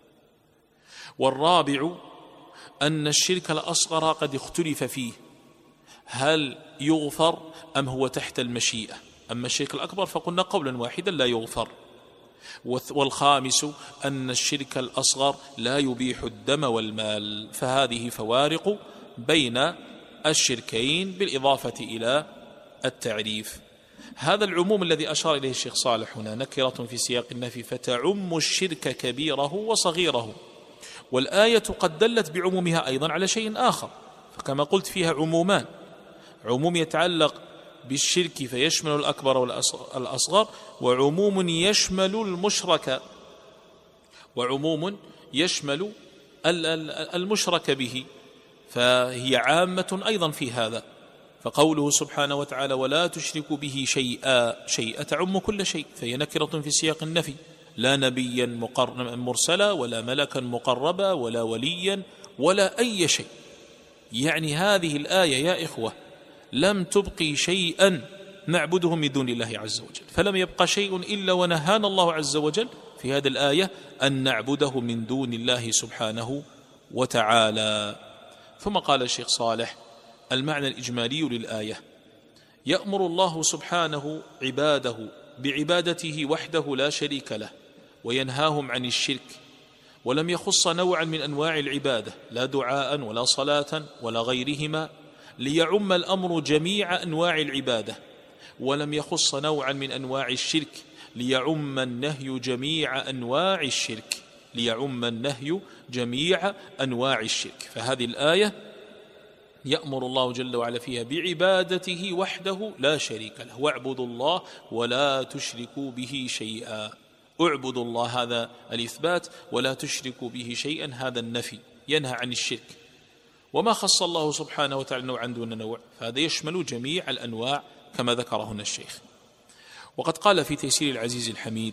والرابع أن الشرك الأصغر قد اختلف فيه هل يغفر أم هو تحت المشيئة. أما الشرك الأكبر فقلنا قولا واحدا لا يغفر. والخامس أن الشرك الأصغر لا يبيح الدم والمال. فهذه فوارق بين الشركين بالإضافة إلى التعريف. هذا العموم الذي أشار إليه الشيخ صالح هنا نكرة في سياق النفي فتعم الشرك كبيره وصغيره، والآية قد دلت بعمومها أيضا على شيء آخر. فكما قلت فيها عمومان، عموم يتعلق بالشرك فيشمل الأكبر والأصغر، وعموم يشمل المشرك، وعموم يشمل المشرك به، فهي عامة أيضا في هذا. فقوله سبحانه وتعالى ولا تشرك به شيئا تعم كل شيء، فهي نكرة في سياق النفي، لا نبيا مرسلا ولا ملكا مقربا ولا وليا ولا أي شيء. يعني هذه الآية يا إخوة لم تبقي شيئا نعبده من دون الله عز وجل، فلم يبقى شيء إلا ونهانا الله عز وجل في هذه الآية أن نعبده من دون الله سبحانه وتعالى. ثم قال الشيخ صالح المعنى الإجمالي للآية: يأمر الله سبحانه عباده بعبادته وحده لا شريك له، وينهاهم عن الشرك، ولم يخص نوعا من أنواع العبادة لا دعاء ولا صلاة ولا غيرهما، ليعم الأمر جميع أنواع العبادة، ولم يخص نوعا من أنواع الشرك ليعم النهي جميع أنواع الشرك، ليعم النهي جميع أنواع الشرك. فهذه الآية يأمر الله جل وعلا فيها بعبادته وحده لا شريك له، واعبدوا الله ولا تشركوا به شيئا. اعبدوا الله هذا الإثبات، ولا تشركوا به شيئا هذا النفي، ينهى عن الشرك. وما خص الله سبحانه وتعالى نوعا دون نوع، فهذا يشمل جميع الأنواع كما ذكر هنا الشيخ. وقد قال في تيسير العزيز الحميد: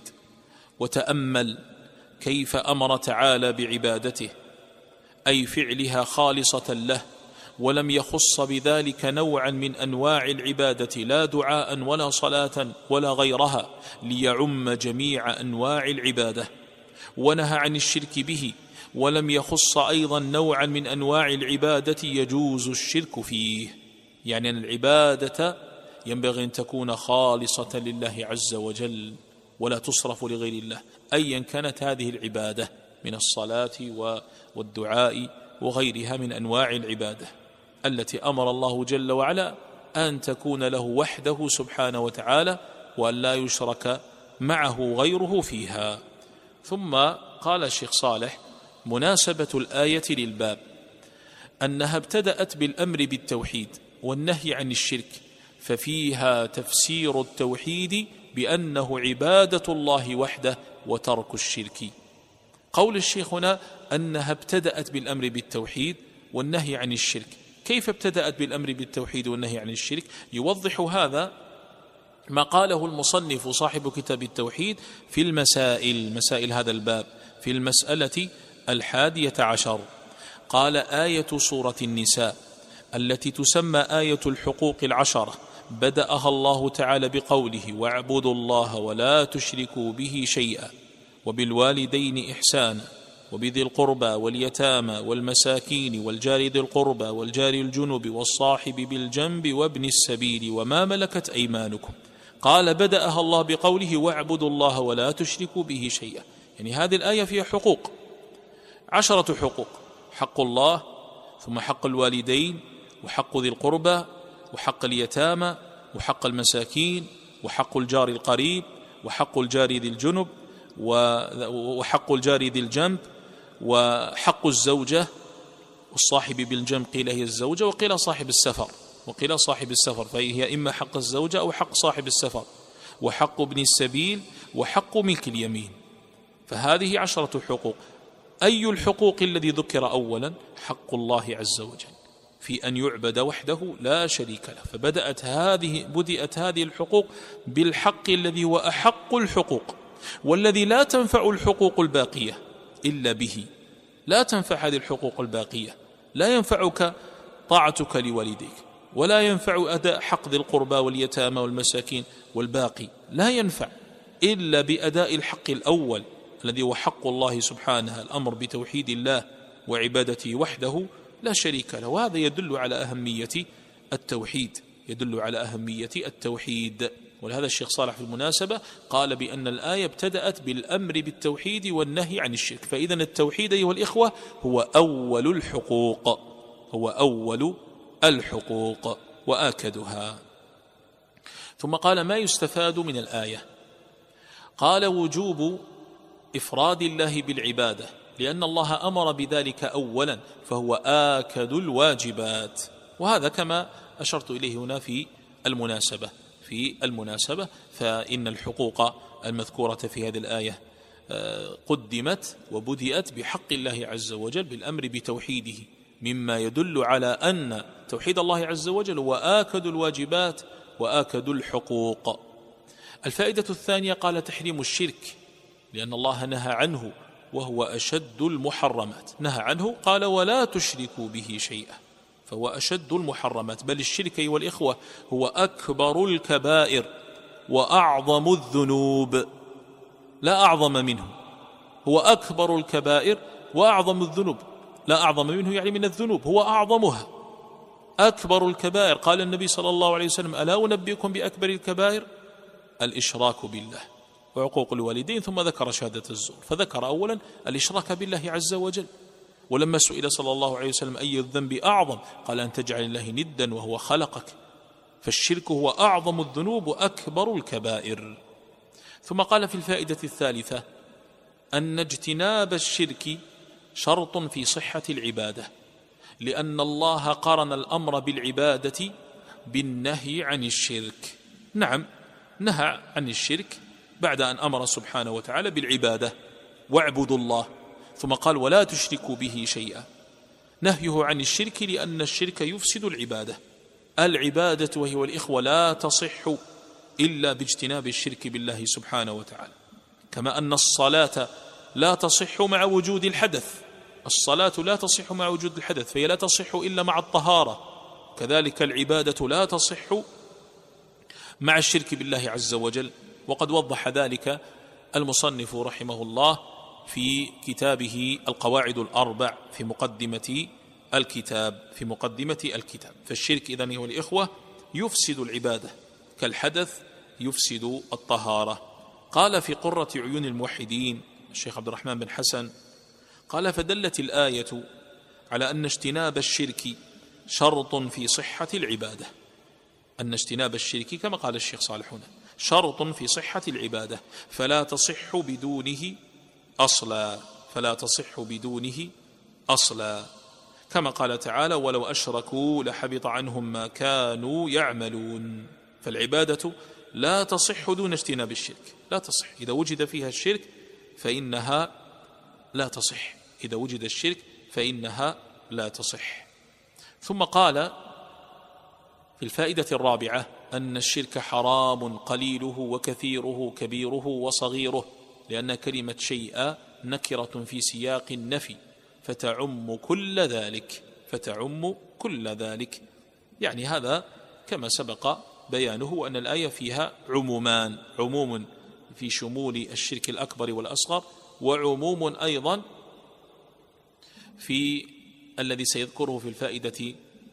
وتأمل كيف أمر تعالى بعبادته، أي فعلها خالصة له، ولم يخص بذلك نوعا من أنواع العبادة لا دعاء ولا صلاة ولا غيرها، ليعم جميع أنواع العبادة. ونهى عن الشرك به، ولم يخص أيضا نوعا من أنواع العبادة يجوز الشرك فيه، يعني أن العبادة ينبغي أن تكون خالصة لله عز وجل ولا تصرف لغير الله، أيا كانت هذه العبادة من الصلاة والدعاء وغيرها من أنواع العبادة التي أمر الله جل وعلا أن تكون له وحده سبحانه وتعالى، وأن لا يشرك معه غيره فيها. ثم قال الشيخ صالح: مناسبة الآية للباب أنها ابتدأت بالأمر بالتوحيد والنهي عن الشرك، ففيها تفسير التوحيد بأنه عبادة الله وحده وترك الشرك. قول الشيخ هنا أنها ابتدأت بالأمر بالتوحيد والنهي عن الشرك، كيف ابتدأت بالأمر بالتوحيد والنهي عن الشرك؟ يوضح هذا ما قاله المصنف صاحب كتاب التوحيد في مسائل هذا الباب، في المسألة 11. قال: آية سورة النساء التي تسمى آية الحقوق 10 بدأها الله تعالى بقوله: واعبدوا الله ولا تشركوا به شيئا، وبالوالدين إحسانا، وبذي القربى واليتامى والمساكين والجار ذي القربى والجار الجنب والصاحب بالجنب وابن السبيل وما ملكت أيمانكم. قال: بدأها الله بقوله: واعبدوا الله ولا تشركوا به شيئا. يعني هذه الآية فيها حقوق 10 حقوق: حق الله، ثم حق الوالدين، وحق ذي القربى، وحق اليتامى، وحق المساكين، وحق الجار القريب، وحق الجار ذي الجنب، وحق الجار ذي الجنب، وحق الزوجة، والصاحب بالجنب قيل هي الزوجة، وقيل صاحب السفر، فهي إما حق الزوجة أو حق صاحب السفر، وحق ابن السبيل، وحق ملك اليمين. فهذه 10 حقوق. أي الحقوق الذي ذكر أولا؟ حق الله عز وجل في أن يعبد وحده لا شريك له. فبدأت هذه الحقوق بالحق الذي هو أحق الحقوق، والذي لا تنفع الحقوق الباقية إلا به. لا تنفع هذه الحقوق الباقية، لا ينفعك طاعتك لوالديك، ولا ينفع أداء حق ذي القربى واليتامى والمساكين والباقي، لا ينفع إلا بأداء الحق الأول الذي هو حق الله سبحانه، الأمر بتوحيد الله وعبادته وحده لا شريك له. وهذا يدل على أهمية التوحيد. ولهذا الشيخ صالح في المناسبة قال بأن الآية ابتدأت بالأمر بالتوحيد والنهي عن الشرك. فإذا التوحيد أيها الإخوة هو أول الحقوق وآكدها. ثم قال: ما يستفاد من الآية؟ قال: وجوب إفراد الله بالعبادة، لأن الله أمر بذلك أولا، فهو آكد الواجبات. وهذا كما أشرت إليه هنا في المناسبة فإن الحقوق المذكورة في هذه الآية قدمت وبدأت بحق الله عز وجل بالأمر بتوحيده، مما يدل على أن توحيد الله عز وجل هو آكد الواجبات وآكد الحقوق. الفائدة الثانية قال تحريم الشرك، لأن الله نهى عنه وهو أشد المحرمات، نهى عنه قال ولا تشركوا به شيئا، فهو أشد المحرمات، بل الشرك أيها الإخوة هو أكبر الكبائر وأعظم الذنوب، لا أعظم منه، هو أكبر الكبائر وأعظم الذنوب، لا أعظم منه يعني من الذنوب، هو أعظمها أكبر الكبائر. قال النبي صلى الله عليه وسلم ألا أنبئكم بأكبر الكبائر؟ الإشراك بالله وعقوق الوالدين، ثم ذكر شهادة الزور، فذكر أولا الإشراك بالله عز وجل. ولما سئل صلى الله عليه وسلم أي الذنب أعظم قال أن تجعل الله ندا وهو خلقك، فالشرك هو أعظم الذنوب وأكبر الكبائر. ثم قال في الفائدة الثالثة أن اجتناب الشرك شرط في صحة العبادة، لأن الله قرن الأمر بالعبادة بالنهي عن الشرك. نعم، نهى عن الشرك بعد أن أمر سبحانه وتعالى بالعبادة واعبدوا الله، ثم قال ولا تشركوا به شيئا، نهيه عن الشرك لأن الشرك يفسد العبادة. العبادة وهي الإخوة لا تصح إلا باجتناب الشرك بالله سبحانه وتعالى، كما أن الصلاة لا تصح مع وجود الحدث، الصلاة لا تصح مع وجود الحدث فهي لا تصح إلا مع الطهارة، كذلك العبادة لا تصح مع الشرك بالله عز وجل. وقد وضح ذلك المصنف رحمه الله في كتابه القواعد الأربع في مقدمة الكتاب. فالشرك إذن هو الإخوة يفسد العبادة كالحدث يفسد الطهارة. قال في قرة عيون الموحدين الشيخ عبد الرحمن بن حسن قال فدلت الآية على أن اجتناب الشرك شرط في صحة العبادة، أن اجتناب الشرك كما قال الشيخ صالح هنا شرط في صحة العبادة، فلا تصح بدونه أصلا، كما قال تعالى ولو أشركوا لحبط عنهم ما كانوا يعملون. فالعبادة لا تصح دون اجتناب الشرك، لا تصح، إذا وجد فيها الشرك فإنها لا تصح، إذا وجد الشرك فإنها لا تصح. ثم قال في الفائدة الرابعة أن الشرك حرام قليله وكثيره كبيره وصغيره، لأن كلمة شيء نكرة في سياق النفي فتعم كل ذلك، يعني هذا كما سبق بيانه وأن الآية فيها عموم في شمول الشرك الأكبر والأصغر، وعموم أيضا في الذي سيذكره في الفائدة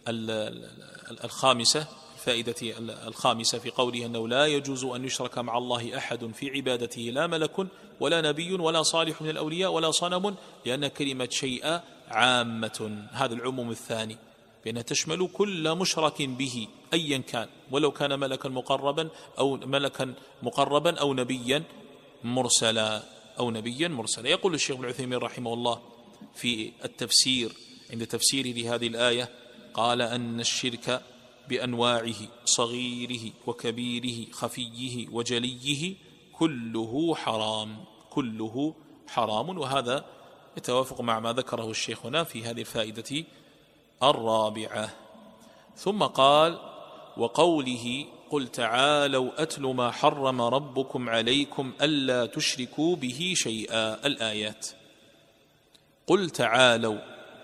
الخامسة في قوله أنه لا يجوز أن يشرك مع الله أحد في عبادته لا ملك ولا نبي ولا صالح من الأولياء ولا صنم، لأن كلمة شيء عامة، هذا العموم الثاني بأنها تشمل كل مشرك به أيا كان، ولو كان ملكا مقربا أو نبيا مرسلا يقول الشيخ ابن عثيمين رحمه الله في التفسير عند تفسيره لهذه الآية قال أن الشرك بأنواعه صغيره وكبيره خفيه وجليه كله حرام، وهذا يتوافق مع ما ذكره الشيخ هنا في هذه الفائدة الرابعة. ثم قال وقوله قل تعالوا أتل ما حرم ربكم عليكم ألا تشركوا به شيئا، الآيات. قل تعالوا،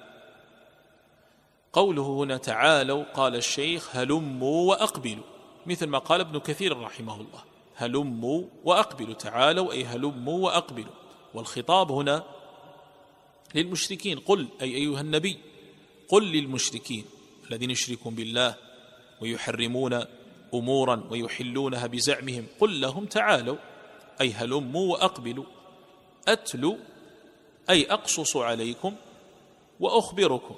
قوله هنا تعالوا قال الشيخ هلموا وأقبلوا، مثل ما قال ابن كثير رحمه الله هلموا وأقبلوا، تعالوا أي هلموا وأقبلوا، والخطاب هنا للمشركين، قل أي أيها النبي قل للمشركين الذين يشركون بالله ويحرمون أمورا ويحلونها بزعمهم، قل لهم تعالوا أي هلموا وأقبلوا، أتلوا أي أقصص عليكم وأخبركم.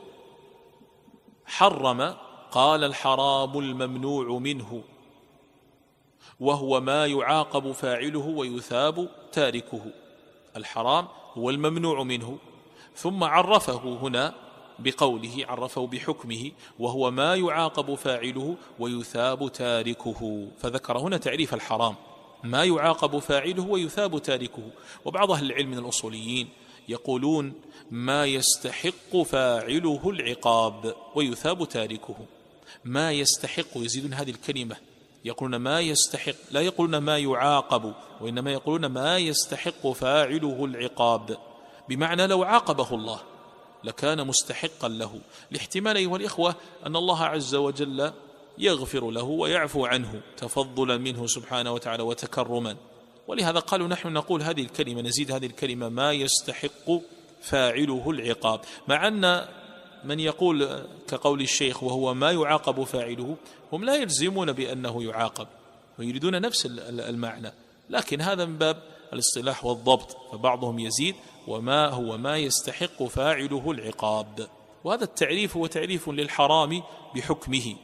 حرم قال الحرام الممنوع منه، وهو ما يعاقب فاعله ويثاب تاركه، الحرام هو الممنوع منه، ثم عرفه هنا بقوله عرفه بحكمه وهو ما يعاقب فاعله ويثاب تاركه، فذكر هنا تعريف الحرام، ما يعاقب فاعله ويثاب تاركه. وبعض أهل العلم من الأصوليين يقولون ما يستحق فاعله العقاب ويثاب تاركه. ما يستحق، يزيدون هذه الكلمة، يقولون ما يستحق، لا يقولون ما يعاقب، وإنما يقولون ما يستحق فاعله العقاب، بمعنى لو عاقبه الله لكان مستحقا له، لاحتمال أيها الإخوة أن الله عز وجل يغفر له ويعفو عنه تفضلا منه سبحانه وتعالى وتكرما. ولهذا قالوا نحن نقول هذه الكلمة، نزيد هذه الكلمة ما يستحق فاعله العقاب، مع أن من يقول كقول الشيخ وهو ما يعاقب فاعله هم لا يلزمون بأنه يعاقب ويريدون نفس المعنى، لكن هذا من باب الاصطلاح والضبط، فبعضهم يزيد وما هو ما يستحق فاعله العقاب. وهذا التعريف هو تعريف للحرام بحكمه.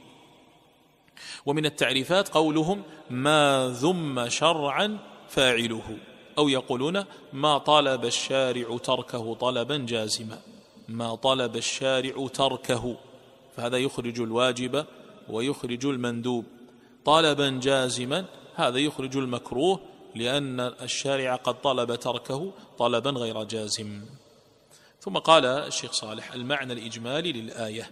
ومن التعريفات قولهم ما ذم شرعا فاعله، أو يقولون ما طلب الشارع تركه طلبا جازما، ما طلب الشارع تركه، فهذا يخرج الواجب ويخرج المندوب. طلبا جازما هذا يخرج المكروه، لأن الشارع قد طلب تركه طلبا غير جازم. ثم قال الشيخ صالح المعنى الإجمالي للآية،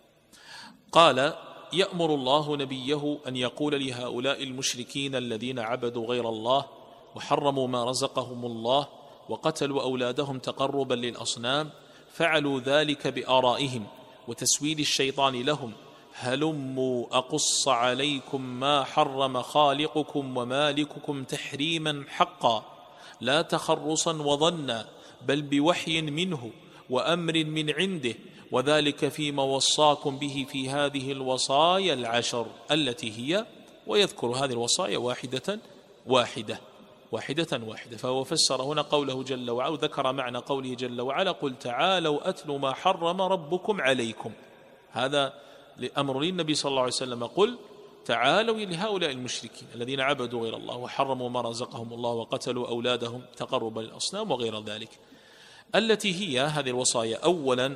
قال يأمر الله نبيه أن يقول لهؤلاء المشركين الذين عبدوا غير الله وحرموا ما رزقهم الله وقتلوا أولادهم تقربا للأصنام، فعلوا ذلك بآرائهم وتسويل الشيطان لهم، هلموا أقص عليكم ما حرم خالقكم ومالككم تحريما حقا لا تخرصا وظنا، بل بوحي منه وأمر من عنده، وذلك فيما وصاكم به في هذه الوصايا العشر التي هي، ويذكر هذه الوصايا واحدة. فهو فسر هنا قوله جل وعلا وذكر معنى قوله جل وعلا قل تعالوا أتلوا ما حرم ربكم عليكم، هذا لأمر للنبي صلى الله عليه وسلم، قل تعالوا لهؤلاء المشركين الذين عبدوا غير الله وحرموا ما رزقهم الله وقتلوا أولادهم تقربا للأصنام وغير ذلك، التي هي هذه الوصايا. أولا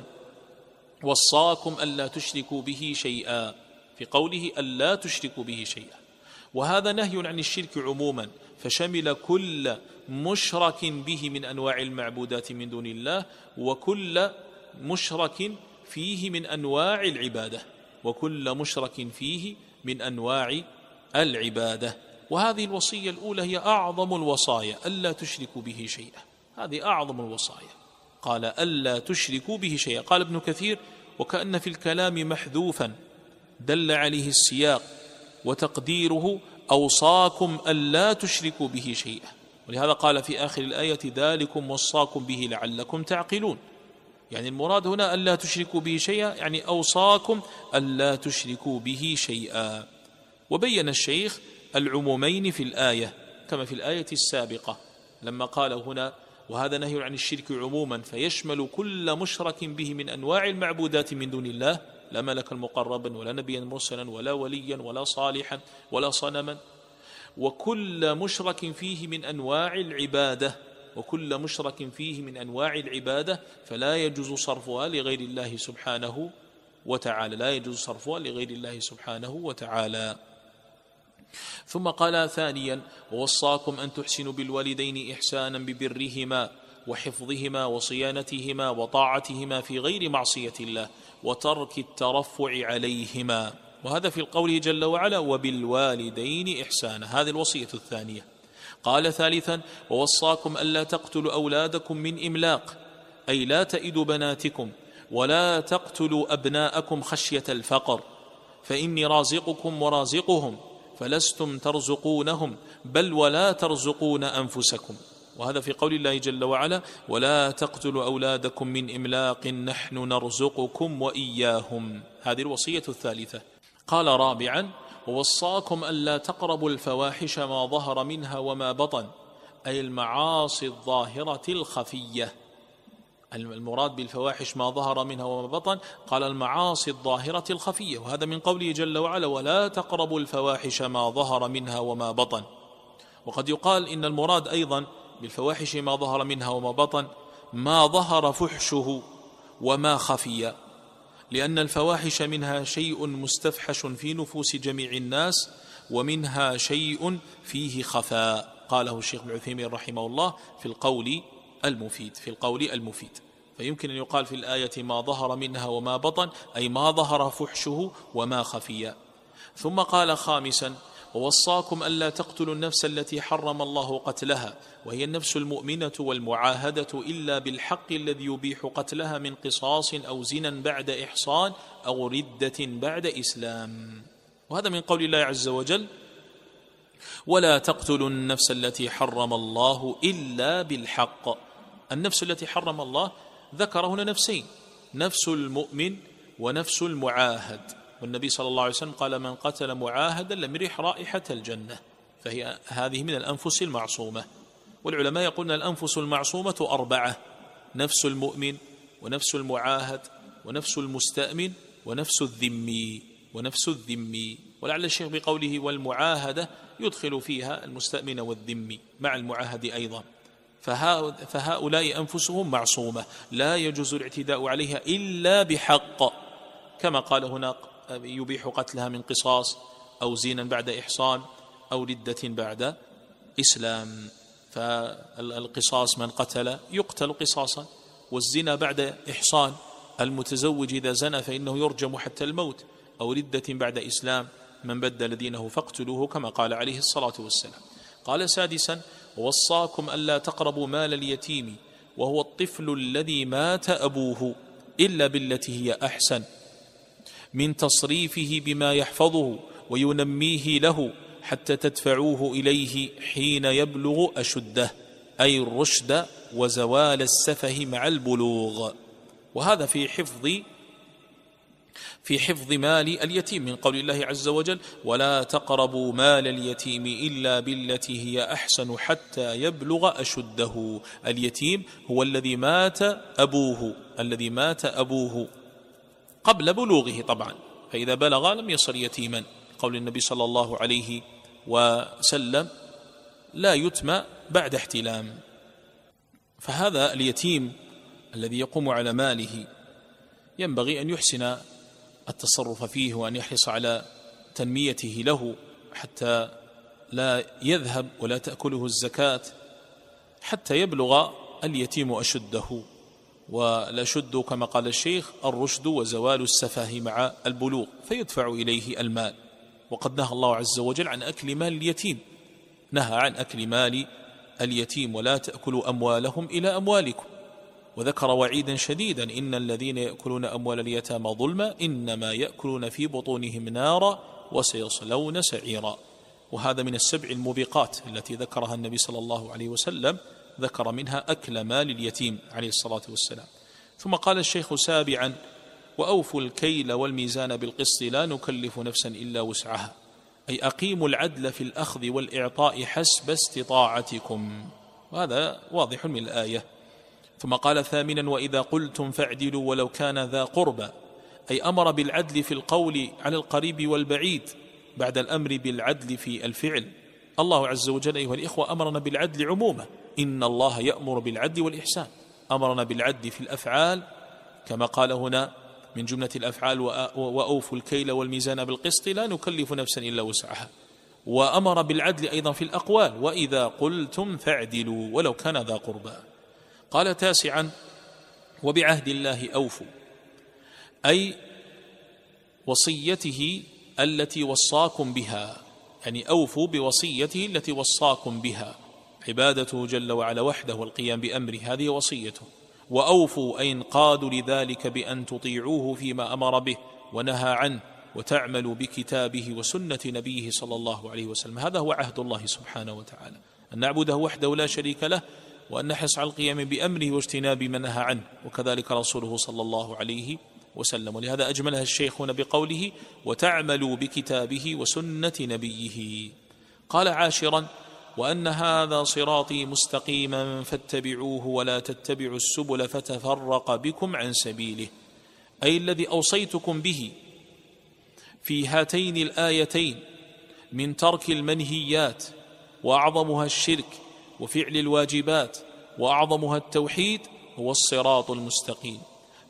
وصاكم ألا تشركوا به شيئا، في قوله ألا تشركوا به شيئا، وهذا نهي عن الشرك عموما، فشمل كل مشرك به من أنواع المعبودات من دون الله، وكل مشرك فيه من أنواع العبادة، وكل مشرك فيه من أنواع العبادة. وهذه الوصية الأولى هي أعظم الوصايا، ألا تشركوا به شيئا، هذه أعظم الوصايا، قال ألا تشركوا به شيئا. قال ابن كثير وكأن في الكلام محذوفا دل عليه السياق، وتقديره أوصاكم ألا تشركوا به شيئا، ولهذا قال في آخر الآية ذلكم وصاكم به لعلكم تعقلون، يعني المراد هنا ألا تشركوا به شيئا، يعني أوصاكم ألا تشركوا به شيئا. وبين الشيخ العمومين في الآية كما في الآية السابقة لما قال هنا وهذا نهي عن الشرك عموما، فيشمل كل مشرك به من أنواع المعبودات من دون الله، لا ملكا مقربا ولا نبيا مرسلا ولا وليا ولا صالحا ولا صنما، وكل مشرك فيه من أنواع العبادة، وكل مشرك فيه من أنواع العبادة فلا يجوز صرفها لغير الله سبحانه وتعالى، لا يجوز صرفها لغير الله سبحانه وتعالى. ثم قال ثانيا ووصاكم أن تحسنوا بالوالدين إحسانا ببرهما وحفظهما وصيانتهما وطاعتهما في غير معصية الله وترك الترفع عليهما، وهذا في القول جل وعلا وبالوالدين إحسانا، هذه الوصية الثانية. قال ثالثا ووصاكم ألا تقتلوا أولادكم من إملاق، أي لا تئدوا بناتكم ولا تقتلوا أبناءكم خشية الفقر، فإني رازقكم ورازقهم فلستم ترزقونهم بل ولا ترزقون أنفسكم، وهذا في قول الله جل وعلا ولا تقتلوا أولادكم من إملاق نحن نرزقكم وإياهم، هذه الوصية الثالثة. قال رابعا ووصاكم ألا تقربوا الفواحش ما ظهر منها وما بطن، أي المعاصي الظاهرة الخفية، المراد بالفواحش ما ظهر منها وما بطن، قال المعاصي الظاهرة الخفية، وهذا من قوله جل وعلا ولا تقربوا الفواحش ما ظهر منها وما بطن. وقد يقال إن المراد أيضا بالفواحش ما ظهر منها وما بطن ما ظهر فحشه وما خفي، لأن الفواحش منها شيء مستفحش في نفوس جميع الناس، ومنها شيء فيه خفاء. قاله الشيخ ابن عثيمين رحمه الله في القول المفيد. فيمكن أن يقال في الآية ما ظهر منها وما بطن، أي ما ظهر فحشه وما خفي. ثم قال خامسا: ووصاكم ألا تقتلوا النفس التي حرم الله قتلها، وهي النفس المؤمنة والمعاهدة إلا بالحق الذي يبيح قتلها من قصاص أو زنا بعد إحصان أو ردة بعد إسلام. وهذا من قول الله عز وجل: ولا تقتلوا النفس التي حرم الله إلا بالحق. النفس التي حرم الله ذكر هنا نفسين: نفس المؤمن ونفس المعاهد. والنبي صلى الله عليه وسلم قال: من قتل معاهدا لم يرح رائحة الجنة. فهي هذه من الأنفس المعصومة. والعلماء يقولون الأنفس المعصومة 4: نفس المؤمن ونفس المعاهد ونفس المستأمن ونفس الذمي. ولعل الشيخ بقوله والمعاهدة يدخل فيها المستأمن والذمي مع المعاهد أيضا. فهؤلاء أنفسهم معصومة لا يجوز الاعتداء عليها إلا بحق، كما قال هنا: يبيح قتلها من قصاص أو زنا بعد إحصان أو ردة بعد إسلام. فالقصاص من قتل يقتل قصاصا، والزنا بعد إحصان المتزوج إذا زنى فإنه يرجم حتى الموت، أو ردة بعد إسلام من بدل دينه فاقتلوه، كما قال عليه الصلاة والسلام. قال سادسا: ووصاكم ألا تقربوا مال اليتيم وهو الطفل الذي مات أبوه إلا بالتي هي أحسن من تصريفه بما يحفظه وينميه له حتى تدفعوه إليه حين يبلغ أشده، أي الرشد وزوال السفه مع البلوغ. وهذا في حفظ مال اليتيم من قول الله عز وجل: ولا تقربوا مال اليتيم إلا بالتي هي أحسن حتى يبلغ أشده. اليتيم هو الذي مات أبوه قبل بلوغه طبعا، فإذا بلغ لم يصر يتيما. قول النبي صلى الله عليه وسلم: لا يتم بعد احتلام. فهذا اليتيم الذي يقوم على ماله ينبغي أن يحسن التصرف فيه، وأن يحرص على تنميته له حتى لا يذهب ولا تأكله الزكاة، حتى يبلغ اليتيم أشده. والأشد كما قال الشيخ الرشد وزوال السفه مع البلوغ، فيدفع إليه المال. وقد نهى الله عز وجل عن أكل مال اليتيم، نهى عن أكل مال اليتيم: ولا تأكلوا أموالهم إلى أموالكم. وذكر وعيدا شديدا: إن الذين يأكلون أموال اليتامى ظلما إنما يأكلون في بطونهم نارا وسيصلون سعيرا. وهذا من 7 الموبقات التي ذكرها النبي صلى الله عليه وسلم، ذكر منها أكل مال اليتيم عليه الصلاة والسلام. ثم قال الشيخ سابعا: وأوفوا الكيل والميزان بالقسط لا نكلف نفسا إلا وسعها، أي أقيموا العدل في الأخذ والإعطاء حسب استطاعتكم. وهذا واضح من الآية. ثم قال ثامنا: وإذا قلتم فاعدلوا ولو كان ذا قربى، أي أمر بالعدل في القول على القريب والبعيد بعد الأمر بالعدل في الفعل. الله عز وجل أيها الإخوة أمرنا بالعدل عموما: إن الله يأمر بالعدل والإحسان. أمرنا بالعدل في الأفعال كما قال هنا من جملة الأفعال: وأوفوا الكيل والميزان بالقسط لا نكلف نفسا إلا وسعها. وأمر بالعدل أيضا في الأقوال: وإذا قلتم فاعدلوا ولو كان ذا قربى. قال تاسعا: وبعهد الله أوفوا، أي وصيته التي وصاكم بها، يعني أوفوا بوصيته التي وصاكم بها، عبادته جل وعلا وحده والقيام بأمره، هذه وصيته. وأوفوا أي انقادوا لذلك بأن تطيعوه فيما أمر به ونهى عنه، وتعملوا بكتابه وسنة نبيه صلى الله عليه وسلم. هذا هو عهد الله سبحانه وتعالى، أن نعبده وحده لا شريك له، وأن نحرص على القيام بأمره واجتناب ما نهى عنه، وكذلك رسوله صلى الله عليه وسلم. ولهذا أجملها الشيخ هنا بقوله: وتعملوا بكتابه وسنة نبيه. قال عاشرا: وأن هذا صراطي مستقيما فاتبعوه ولا تتبعوا السبل فتفرق بكم عن سبيله، أي الذي أوصيتكم به في هاتين الآيتين من ترك المنهيات، وأعظمها الشرك، وفعل الواجبات، وأعظمها التوحيد، هو الصراط المستقيم.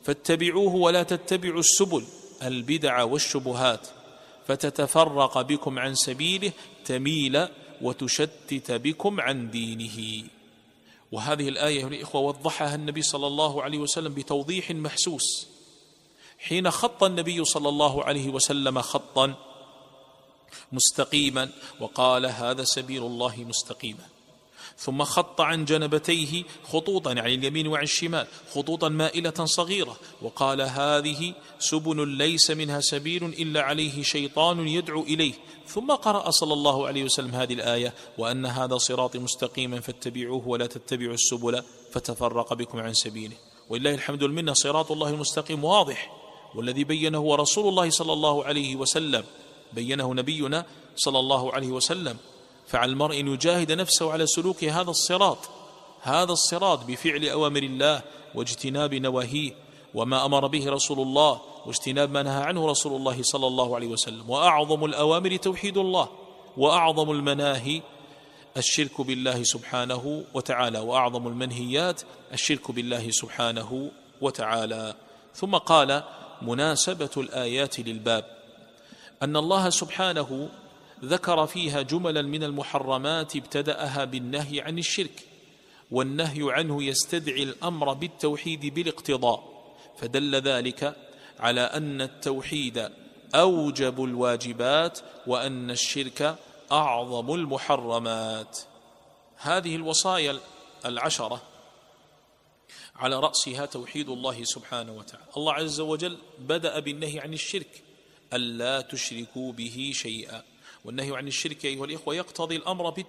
فاتبعوه ولا تتبعوا السبل البدع والشبهات فتتفرق بكم عن سبيله تميل وتشتت بكم عن دينه. وهذه الآية يا إخوة وضحها النبي صلى الله عليه وسلم بتوضيح محسوس حين خط النبي صلى الله عليه وسلم خطا مستقيما وقال هذا سبيل الله مستقيما، ثم خط عن جنبتيه خطوطا عن اليمين وعن الشمال خطوطا مائلة صغيرة وقال هذه سبل ليس منها سبيل إلا عليه شيطان يدعو إليه، ثم قرأ صلى الله عليه وسلم هذه الآية وأن هذا صراطي مستقيما فاتبعوه ولا تتبعوا السبل فتفرق بكم عن سبيله. ولله الحمد والمنة، صراط الله المستقيم واضح، والذي بينه هو رسول الله صلى الله عليه وسلم، بينه نبينا صلى الله عليه وسلم. فعلى المرء أن يجاهد نفسه على سلوك هذا الصراط بفعل أوامر الله واجتناب نواهيه، وما أمر به رسول الله واجتناب ما نهى عنه رسول الله صلى الله عليه وسلم. وأعظم الأوامر توحيد الله، وأعظم المناهي الشرك بالله سبحانه وتعالى، وأعظم المنهيات الشرك بالله سبحانه وتعالى. ثم قال مناسبة الآيات للباب أن الله سبحانه ذكر فيها جملا من المحرمات ابتدأها بالنهي عن الشرك، والنهي عنه يستدعي الأمر بالتوحيد بالاقتضاء، فدل ذلك على أن التوحيد أوجب الواجبات وأن الشرك أعظم المحرمات. هذه الوصايا العشرة على رأسها توحيد الله سبحانه وتعالى. الله عز وجل بدأ بالنهي عن الشرك، ألا تشركوا به شيئا. والنهي عن الشرك أيها الإخوة يقتضي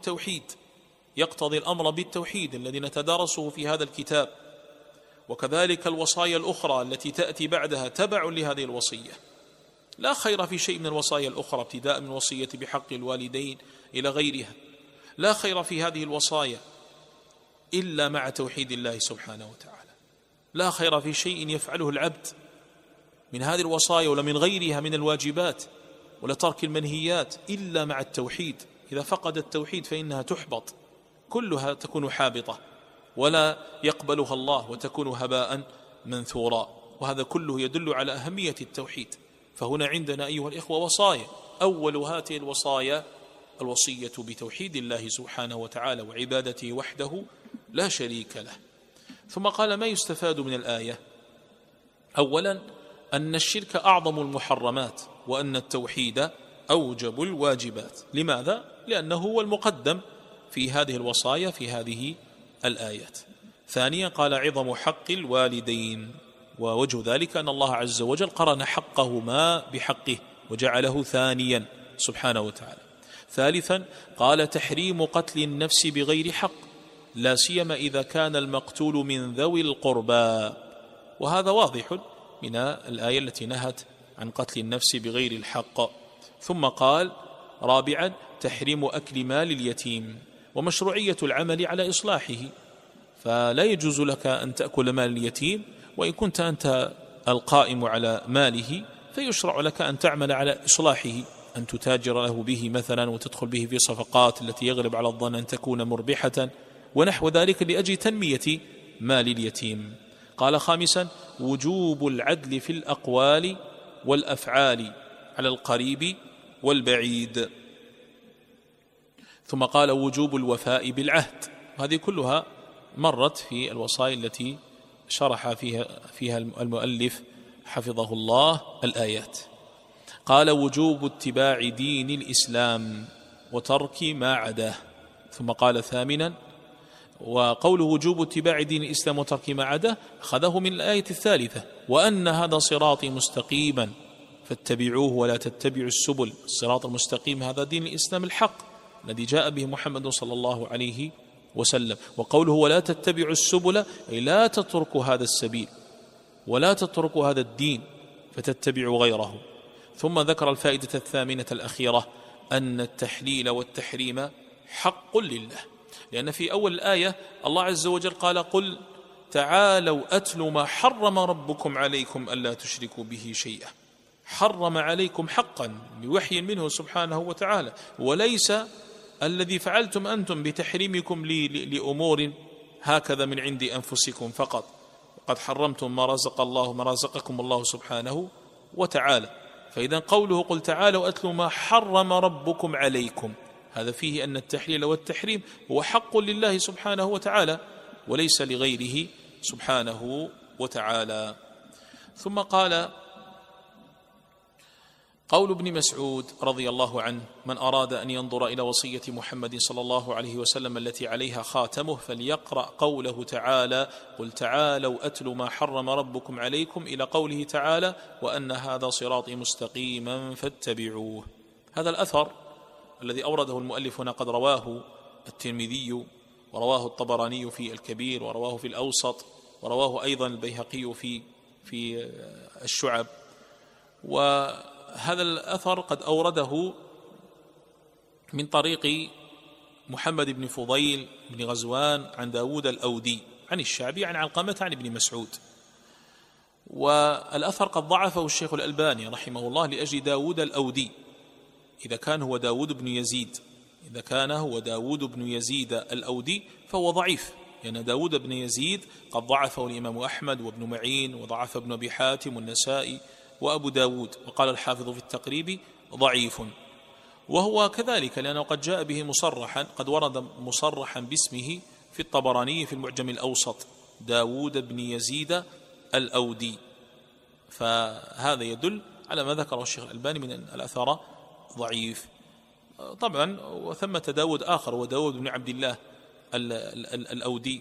الأمر بالتوحيد الذي نتدارسه في هذا الكتاب، وكذلك الوصايا الأخرى التي تأتي بعدها تبع لهذه الوصية. لا خير في شيء من الوصايا الأخرى ابتداء من الوصية بحق الوالدين إلى غيرها، لا خير في هذه الوصايا إلا مع توحيد الله سبحانه وتعالى. لا خير في شيء يفعله العبد من هذه الوصايا ولا من غيرها من الواجبات ولا ترك المنهيات إلا مع التوحيد. إذا فقد التوحيد فإنها تحبط، كلها تكون حابطة ولا يقبلها الله وتكون هباء منثورا. وهذا كله يدل على أهمية التوحيد. فهنا عندنا أيها الإخوة وصايا، أول هذه الوصايا الوصية بتوحيد الله سبحانه وتعالى وعبادته وحده لا شريك له. ثم قال ما يستفاد من الآية؟ أولا أن الشرك أعظم المحرمات، وأن التوحيد أوجب الواجبات. لماذا؟ لأنه هو المقدم في هذه الوصايا في هذه الآيات. ثانيا قال عظم حق الوالدين، ووجه ذلك أن الله عز وجل قرن حقهما بحقه وجعله ثانيا سبحانه وتعالى. ثالثا قال تحريم قتل النفس بغير حق، لا سيما إذا كان المقتول من ذوي القربى، وهذا واضح من الآية التي نهت عن قتل النفس بغير الحق. ثم قال رابعا تحريم أكل مال اليتيم ومشروعية العمل على إصلاحه، فلا يجوز لك أن تأكل مال اليتيم، وإن كنت أنت القائم على ماله فيشرع لك أن تعمل على إصلاحه، أن تتاجر له به مثلا وتدخل به في صفقات التي يغلب على الظن أن تكون مربحة ونحو ذلك لأجل تنمية مال اليتيم. قال خامسا وجوب العدل في الأقوال والأفعال على القريب والبعيد. ثم قال وجوب الوفاء بالعهد، هذه كلها مرت في الوصايا التي شرح فيها المؤلف حفظه الله الآيات. قال وجوب اتباع دين الإسلام وترك ما عداه. ثم قال ثامنا وقوله وجوب اتباع دين الإسلام وترك ما عداه أخذه من الآية الثالثة، وأن هذا صراطي مستقيما فاتبعوه ولا تتبعوا السبل. الصراط المستقيم هذا دين الإسلام الحق الذي جاء به محمد صلى الله عليه وسلم. وقوله ولا تتبعوا السبل أي لا تتركوا هذا السبيل ولا تتركوا هذا الدين فتتبعوا غيره. ثم ذكر الفائدة الثامنة الأخيرة أن التحليل والتحريم حق لله، لأن في أول الآية الله عز وجل قال قل تعالوا أتل ما حرم ربكم عليكم ألا تشركوا به شيئا، حرم عليكم حقا بوحي منه سبحانه وتعالى، وليس الذي فعلتم أنتم بتحريمكم لأمور هكذا من عند أنفسكم فقط. قد حرمتم ما رزقكم الله سبحانه وتعالى. فإذا قوله قل تعالوا أتلوا ما حرم ربكم عليكم، هذا فيه أن التحليل والتحريم هو حق لله سبحانه وتعالى وليس لغيره سبحانه وتعالى. ثم قال قول ابن مسعود رضي الله عنه: من أراد أن ينظر إلى وصية محمد صلى الله عليه وسلم التي عليها خاتمه فليقرأ قوله تعالى: قل تعالوا أتلوا ما حرم ربكم عليكم، إلى قوله تعالى: وأن هذا صراطي مستقيما فاتبعوه. هذا الأثر الذي أورده المؤلف هنا قد رواه الترمذي ورواه الطبراني في الكبير ورواه في الأوسط ورواه أيضا البيهقي في الشعب. وهذا الأثر قد أورده من طريق محمد بن فضيل بن غزوان عن داود الأودي عن الشعبي عن علقمة عن ابن مسعود. والأثر قد ضعفه الشيخ الألباني رحمه الله لأجل داود الأودي، إذا كان هو داود بن يزيد الأودي فهو ضعيف، لأن داود بن يزيد قد ضعفه الإمام أحمد وابن معين وضعف ابن أبي حاتم والنسائي وأبو داود، وقال الحافظ في التقريب ضعيف. وهو كذلك لأنه قد جاء به مصرحا، قد ورد مصرحا باسمه في الطبراني في المعجم الأوسط داود بن يزيد الأودي، فهذا يدل على ما ذكره الشيخ الألباني من الأثر ضعيف. طبعا وثمة داود آخر وداود بن عبد الله الأودي،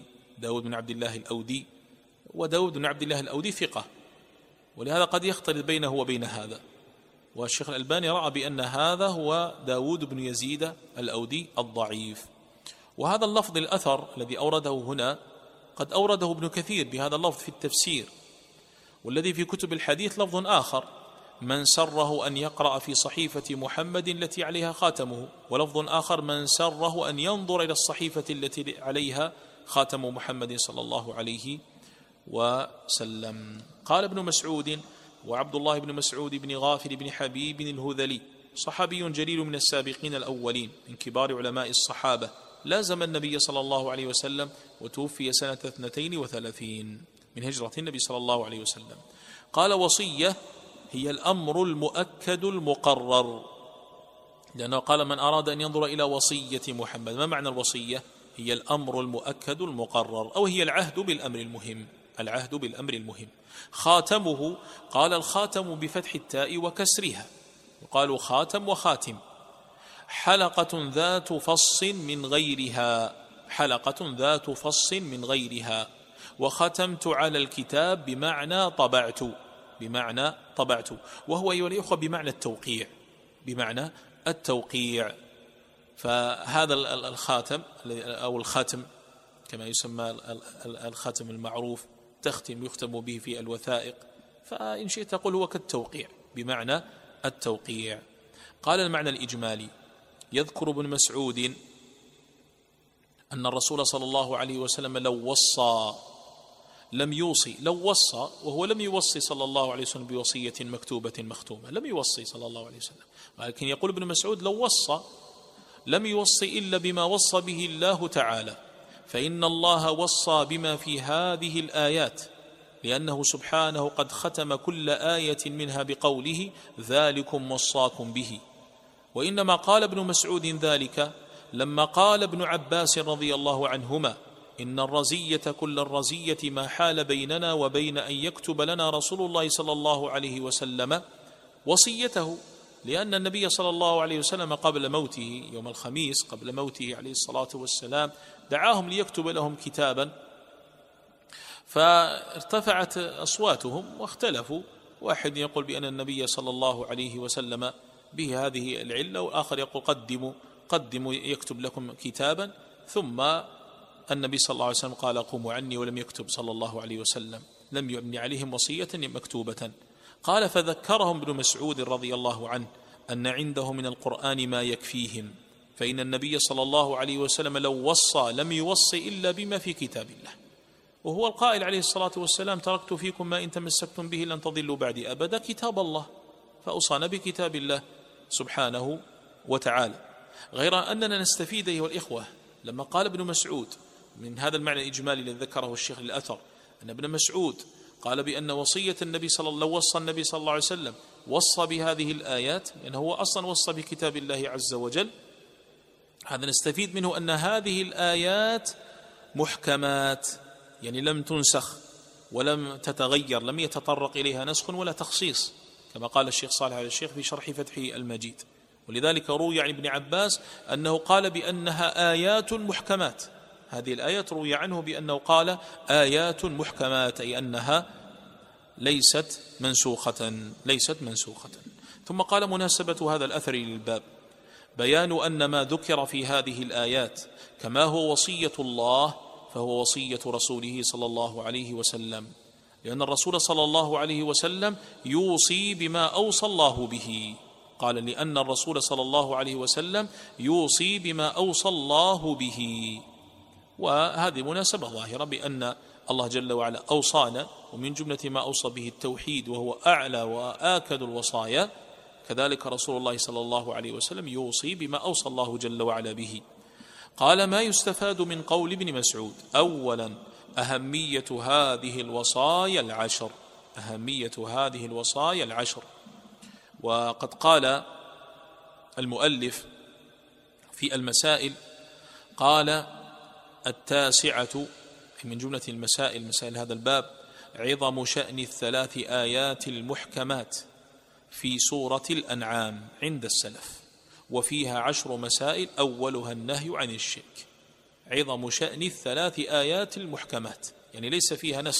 وداود بن عبد الله الأودي ثقة، ولهذا قد يختلط بينه وبين هذا، والشيخ الألباني رأى بأن هذا هو داود بن يزيد الأودي الضعيف. وهذا اللفظ الأثر الذي أورده هنا قد أورده ابن كثير بهذا اللفظ في التفسير، والذي في كتب الحديث لفظ آخر: من سره أن يقرأ في صحيفة محمد التي عليها خاتمه، ولفظ آخر: من سره أن ينظر إلى الصحيفة التي عليها خاتم محمد صلى الله عليه وسلم. قال ابن مسعود: وعبد الله بن مسعود بن غافر بن حبيب الهذلي صحابي جليل من السابقين الأولين من كبار علماء الصحابة، لازم النبي صلى الله عليه وسلم وتوفي سنة 32 من هجرة النبي صلى الله عليه وسلم. قال: وصية هي الأمر المؤكد المقرر، لأنه قال: من أراد أن ينظر إلى وصية محمد. ما معنى الوصية؟ هي الأمر المؤكد المقرر، أو هي العهد بالأمر المهم. خاتمه، قال: الخاتم بفتح التاء وكسرها، يقال خاتم وخاتم. حلقة ذات فص من غيرها، وختمت على الكتاب بمعنى طبعت، وهو أيها الإخوة بمعنى التوقيع. فهذا الخاتم أو الخاتم كما يسمى الخاتم المعروف، يختم به في الوثائق، فإن شئت تقول هو كالتوقيع بمعنى التوقيع. قال: المعنى الإجمالي: يذكر ابن مسعود أن الرسول صلى الله عليه وسلم لو وصى وهو لم يوصي صلى الله عليه وسلم بوصية مكتوبة مختومة، لم يوصي صلى الله عليه وسلم، ولكن يقول ابن مسعود لو وصى لم يوصي إلا بما وصى به الله تعالى، فإن الله وصى بما في هذه الآيات، لأنه سبحانه قد ختم كل آية منها بقوله: ذلكم وصاكم به. وإنما قال ابن مسعود ذلك لما قال ابن عباس رضي الله عنهما: إن الرزية كل الرزية ما حال بيننا وبين أن يكتب لنا رسول الله صلى الله عليه وسلم وصيته، لأن النبي صلى الله عليه وسلم قبل موته يوم الخميس، قبل موته عليه الصلاة والسلام، دعاهم ليكتب لهم كتابا، فارتفعت أصواتهم واختلفوا، واحد يقول بأن النبي صلى الله عليه وسلم به هذه العلة، والآخر يقول قدموا يكتب لكم كتابا، ثم النبي صلى الله عليه وسلم قال: قوموا عني، ولم يكتب صلى الله عليه وسلم، لم يبني عليهم وصية مكتوبة. قال: فذكرهم ابن مسعود رضي الله عنه أن عنده من القرآن ما يكفيهم، فإن النبي صلى الله عليه وسلم لو وصى لم يوصي إلا بما في كتاب الله، وهو القائل عليه الصلاة والسلام: تركت فيكم ما إن تمسكتم به لن تضلوا بعدي أبدا، كتاب الله، فأوصانا بكتاب الله سبحانه وتعالى. غير أننا نستفيد أيها الإخوة لما قال ابن مسعود من هذا المعنى الإجمالي الذي ذكره الشيخ للأثر، أن ابن مسعود قال بأن وصية النبي صلى الله عليه وسلم، لو وصى النبي صلى الله عليه وسلم وصى بهذه الآيات، لأنه هو أصلا وصى بكتاب الله عز وجل. هذا نستفيد منه أن هذه الآيات محكمات، يعني لم تنسخ ولم تتغير، لم يتطرق إليها نسخ ولا تخصيص، كما قال الشيخ صالح آل الشيخ في شرح فتح المجيد. ولذلك روي عن ابن عباس أنه قال بأنها آيات محكمات. هذه الآيات روي عنه بأنه قال آيات محكمات، أي أنها ليست منسوخة. ثم قال مناسبة هذا الأثر للباب بيان أن ما ذكر في هذه الآيات كما هو وصية الله فهو وصية رسوله صلى الله عليه وسلم، لأن الرسول صلى الله عليه وسلم يوصي بما أوصى الله به. قال لأن الرسول صلى الله عليه وسلم يوصي بما أوصى الله به، وهذه مناسبة ظاهرة بأن الله جل وعلا أوصانا، ومن جملة ما أوصى به التوحيد وهو أعلى وآكد الوصايا، كذلك رسول الله صلى الله عليه وسلم يوصي بما أوصى الله جل وعلا به. قال ما يستفاد من قول ابن مسعود: أولا أهمية هذه الوصايا العشر. وقد قال المؤلف في المسائل، قال التاسعة من جملة مسائل هذا الباب: عظم شأن الثلاث آيات المحكمات في سورة الأنعام عند السلف، وفيها 10 مسائل أولها النهي عن الشرك. عظم شأن الثلاث آيات المحكمات، يعني ليس فيها نسخ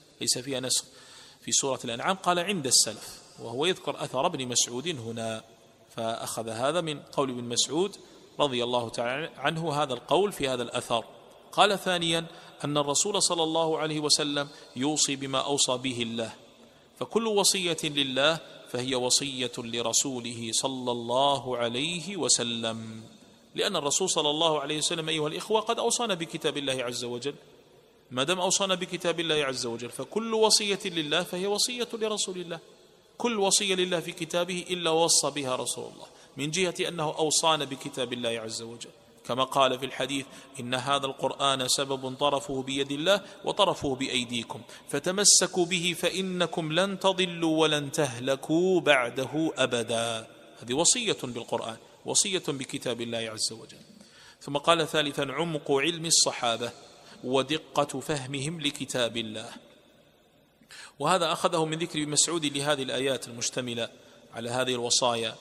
في سورة الأنعام. قال عند السلف، وهو يذكر أثر ابن مسعود هنا، فأخذ هذا من قول ابن مسعود رضي الله تعالى عنه هذا القول في هذا الأثر. قال ثانيا أن الرسول صلى الله عليه وسلم يوصي بما أوصى به الله، فكل وصية لله فهي وصية لرسوله صلى الله عليه وسلم، لأن الرسول صلى الله عليه وسلم أيها الإخوة قد أوصانا بكتاب الله عز وجل. ما دام أوصانا بكتاب الله عز وجل فكل وصية لله فهي وصية لرسول الله. كل وصية لله في كتابه إلا وصى بها رسول الله، من جهة أنه أوصانا بكتاب الله عز وجل، كما قال في الحديث: إن هذا القرآن سبب طرفه بيد الله وطرفه بأيديكم، فتمسكوا به فإنكم لن تضلوا ولن تهلكوا بعده أبدا. هذه وصية بالقرآن، وصية بكتاب الله عز وجل. ثم قال ثالثا: عمق علم الصحابة ودقة فهمهم لكتاب الله. وهذا أخذه من ذكر مسعود لهذه الآيات المشتملة على هذه الوصايا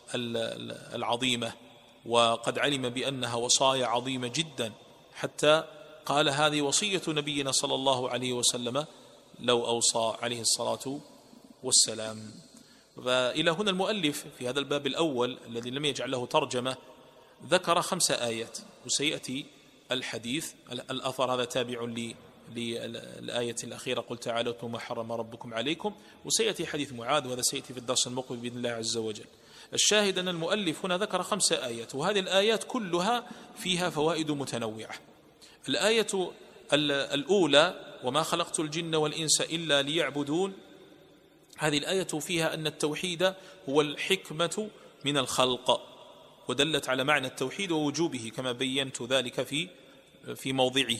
العظيمة، وقد علم بأنها وصايا عظيمة جدا، حتى قال هذه وصية نبينا صلى الله عليه وسلم لو أوصى عليه الصلاة والسلام. فإلى هنا المؤلف في هذا الباب الأول الذي لم يجعل له ترجمة ذكر 5 آيات، وسيأتي الحديث. الأثر هذا تابع للآية الأخيرة: قل تعالوا اتلوا ما حرم ربكم عليكم، وسيأتي حديث معاذ، وهذا سيأتي في الدرس المقبل بإذن الله عز وجل. الشاهد أن المؤلف هنا ذكر 5 آيات، وهذه الآيات كلها فيها فوائد متنوعة. الآية الأولى: وما خلقت الجن والإنس إلا ليعبدون، هذه الآية فيها أن التوحيد هو الحكمة من الخلق، ودلت على معنى التوحيد ووجوبه كما بينت ذلك في موضعه.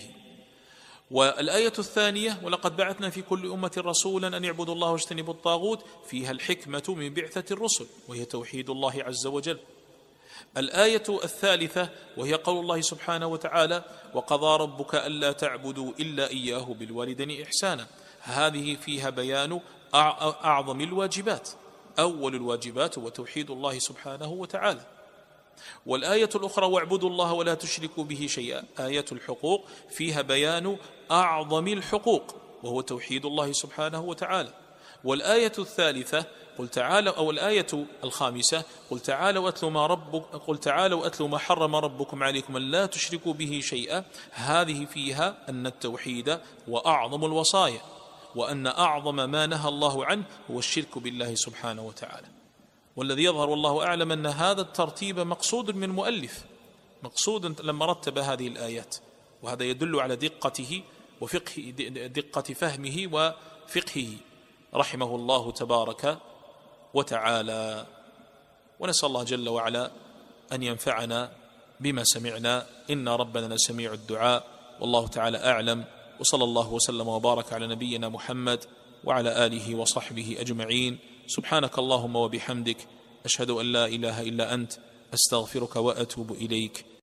والآية الثانية: ولقد بعثنا في كل أمة رسولا أن يعبدوا الله واجتنبوا الطاغوت، فيها الحكمة من بعثة الرسل وهي توحيد الله عز وجل. الآية الثالثة وهي قول الله سبحانه وتعالى: وقضى ربك ألا تعبدوا إلا إياه بالوالدين إحسانا، هذه فيها بيان أعظم الواجبات. أول الواجبات هو توحيد الله سبحانه وتعالى. والآية الأخرى: واعبدوا الله ولا تشركوا به شيئا، آية الحقوق، فيها بيان أعظم الحقوق وهو توحيد الله سبحانه وتعالى. والآية الثالثة قل تعالوا، أو الآية الخامسة: قل تعالوا أتلوا ما حرم ربكم عليكم ألا تشركوا به شيئا، هذه فيها أن التوحيد وأعظم الوصايا، وأن أعظم ما نهى الله عنه هو الشرك بالله سبحانه وتعالى. والذي يظهر والله أعلم أن هذا الترتيب مقصود من المؤلف، مقصود لما رتب هذه الآيات، وهذا يدل على دقته وفقه، دقة فهمه وفقهه رحمه الله تبارك وتعالى. ونسأل الله جل وعلا أن ينفعنا بما سمعنا، إن ربنا لسميع الدعاء، والله تعالى أعلم، وصلى الله وسلم وبارك على نبينا محمد وعلى آله وصحبه أجمعين. سبحانك اللهم وبحمدك، أشهد أن لا إله إلا أنت، أستغفرك وأتوب إليك.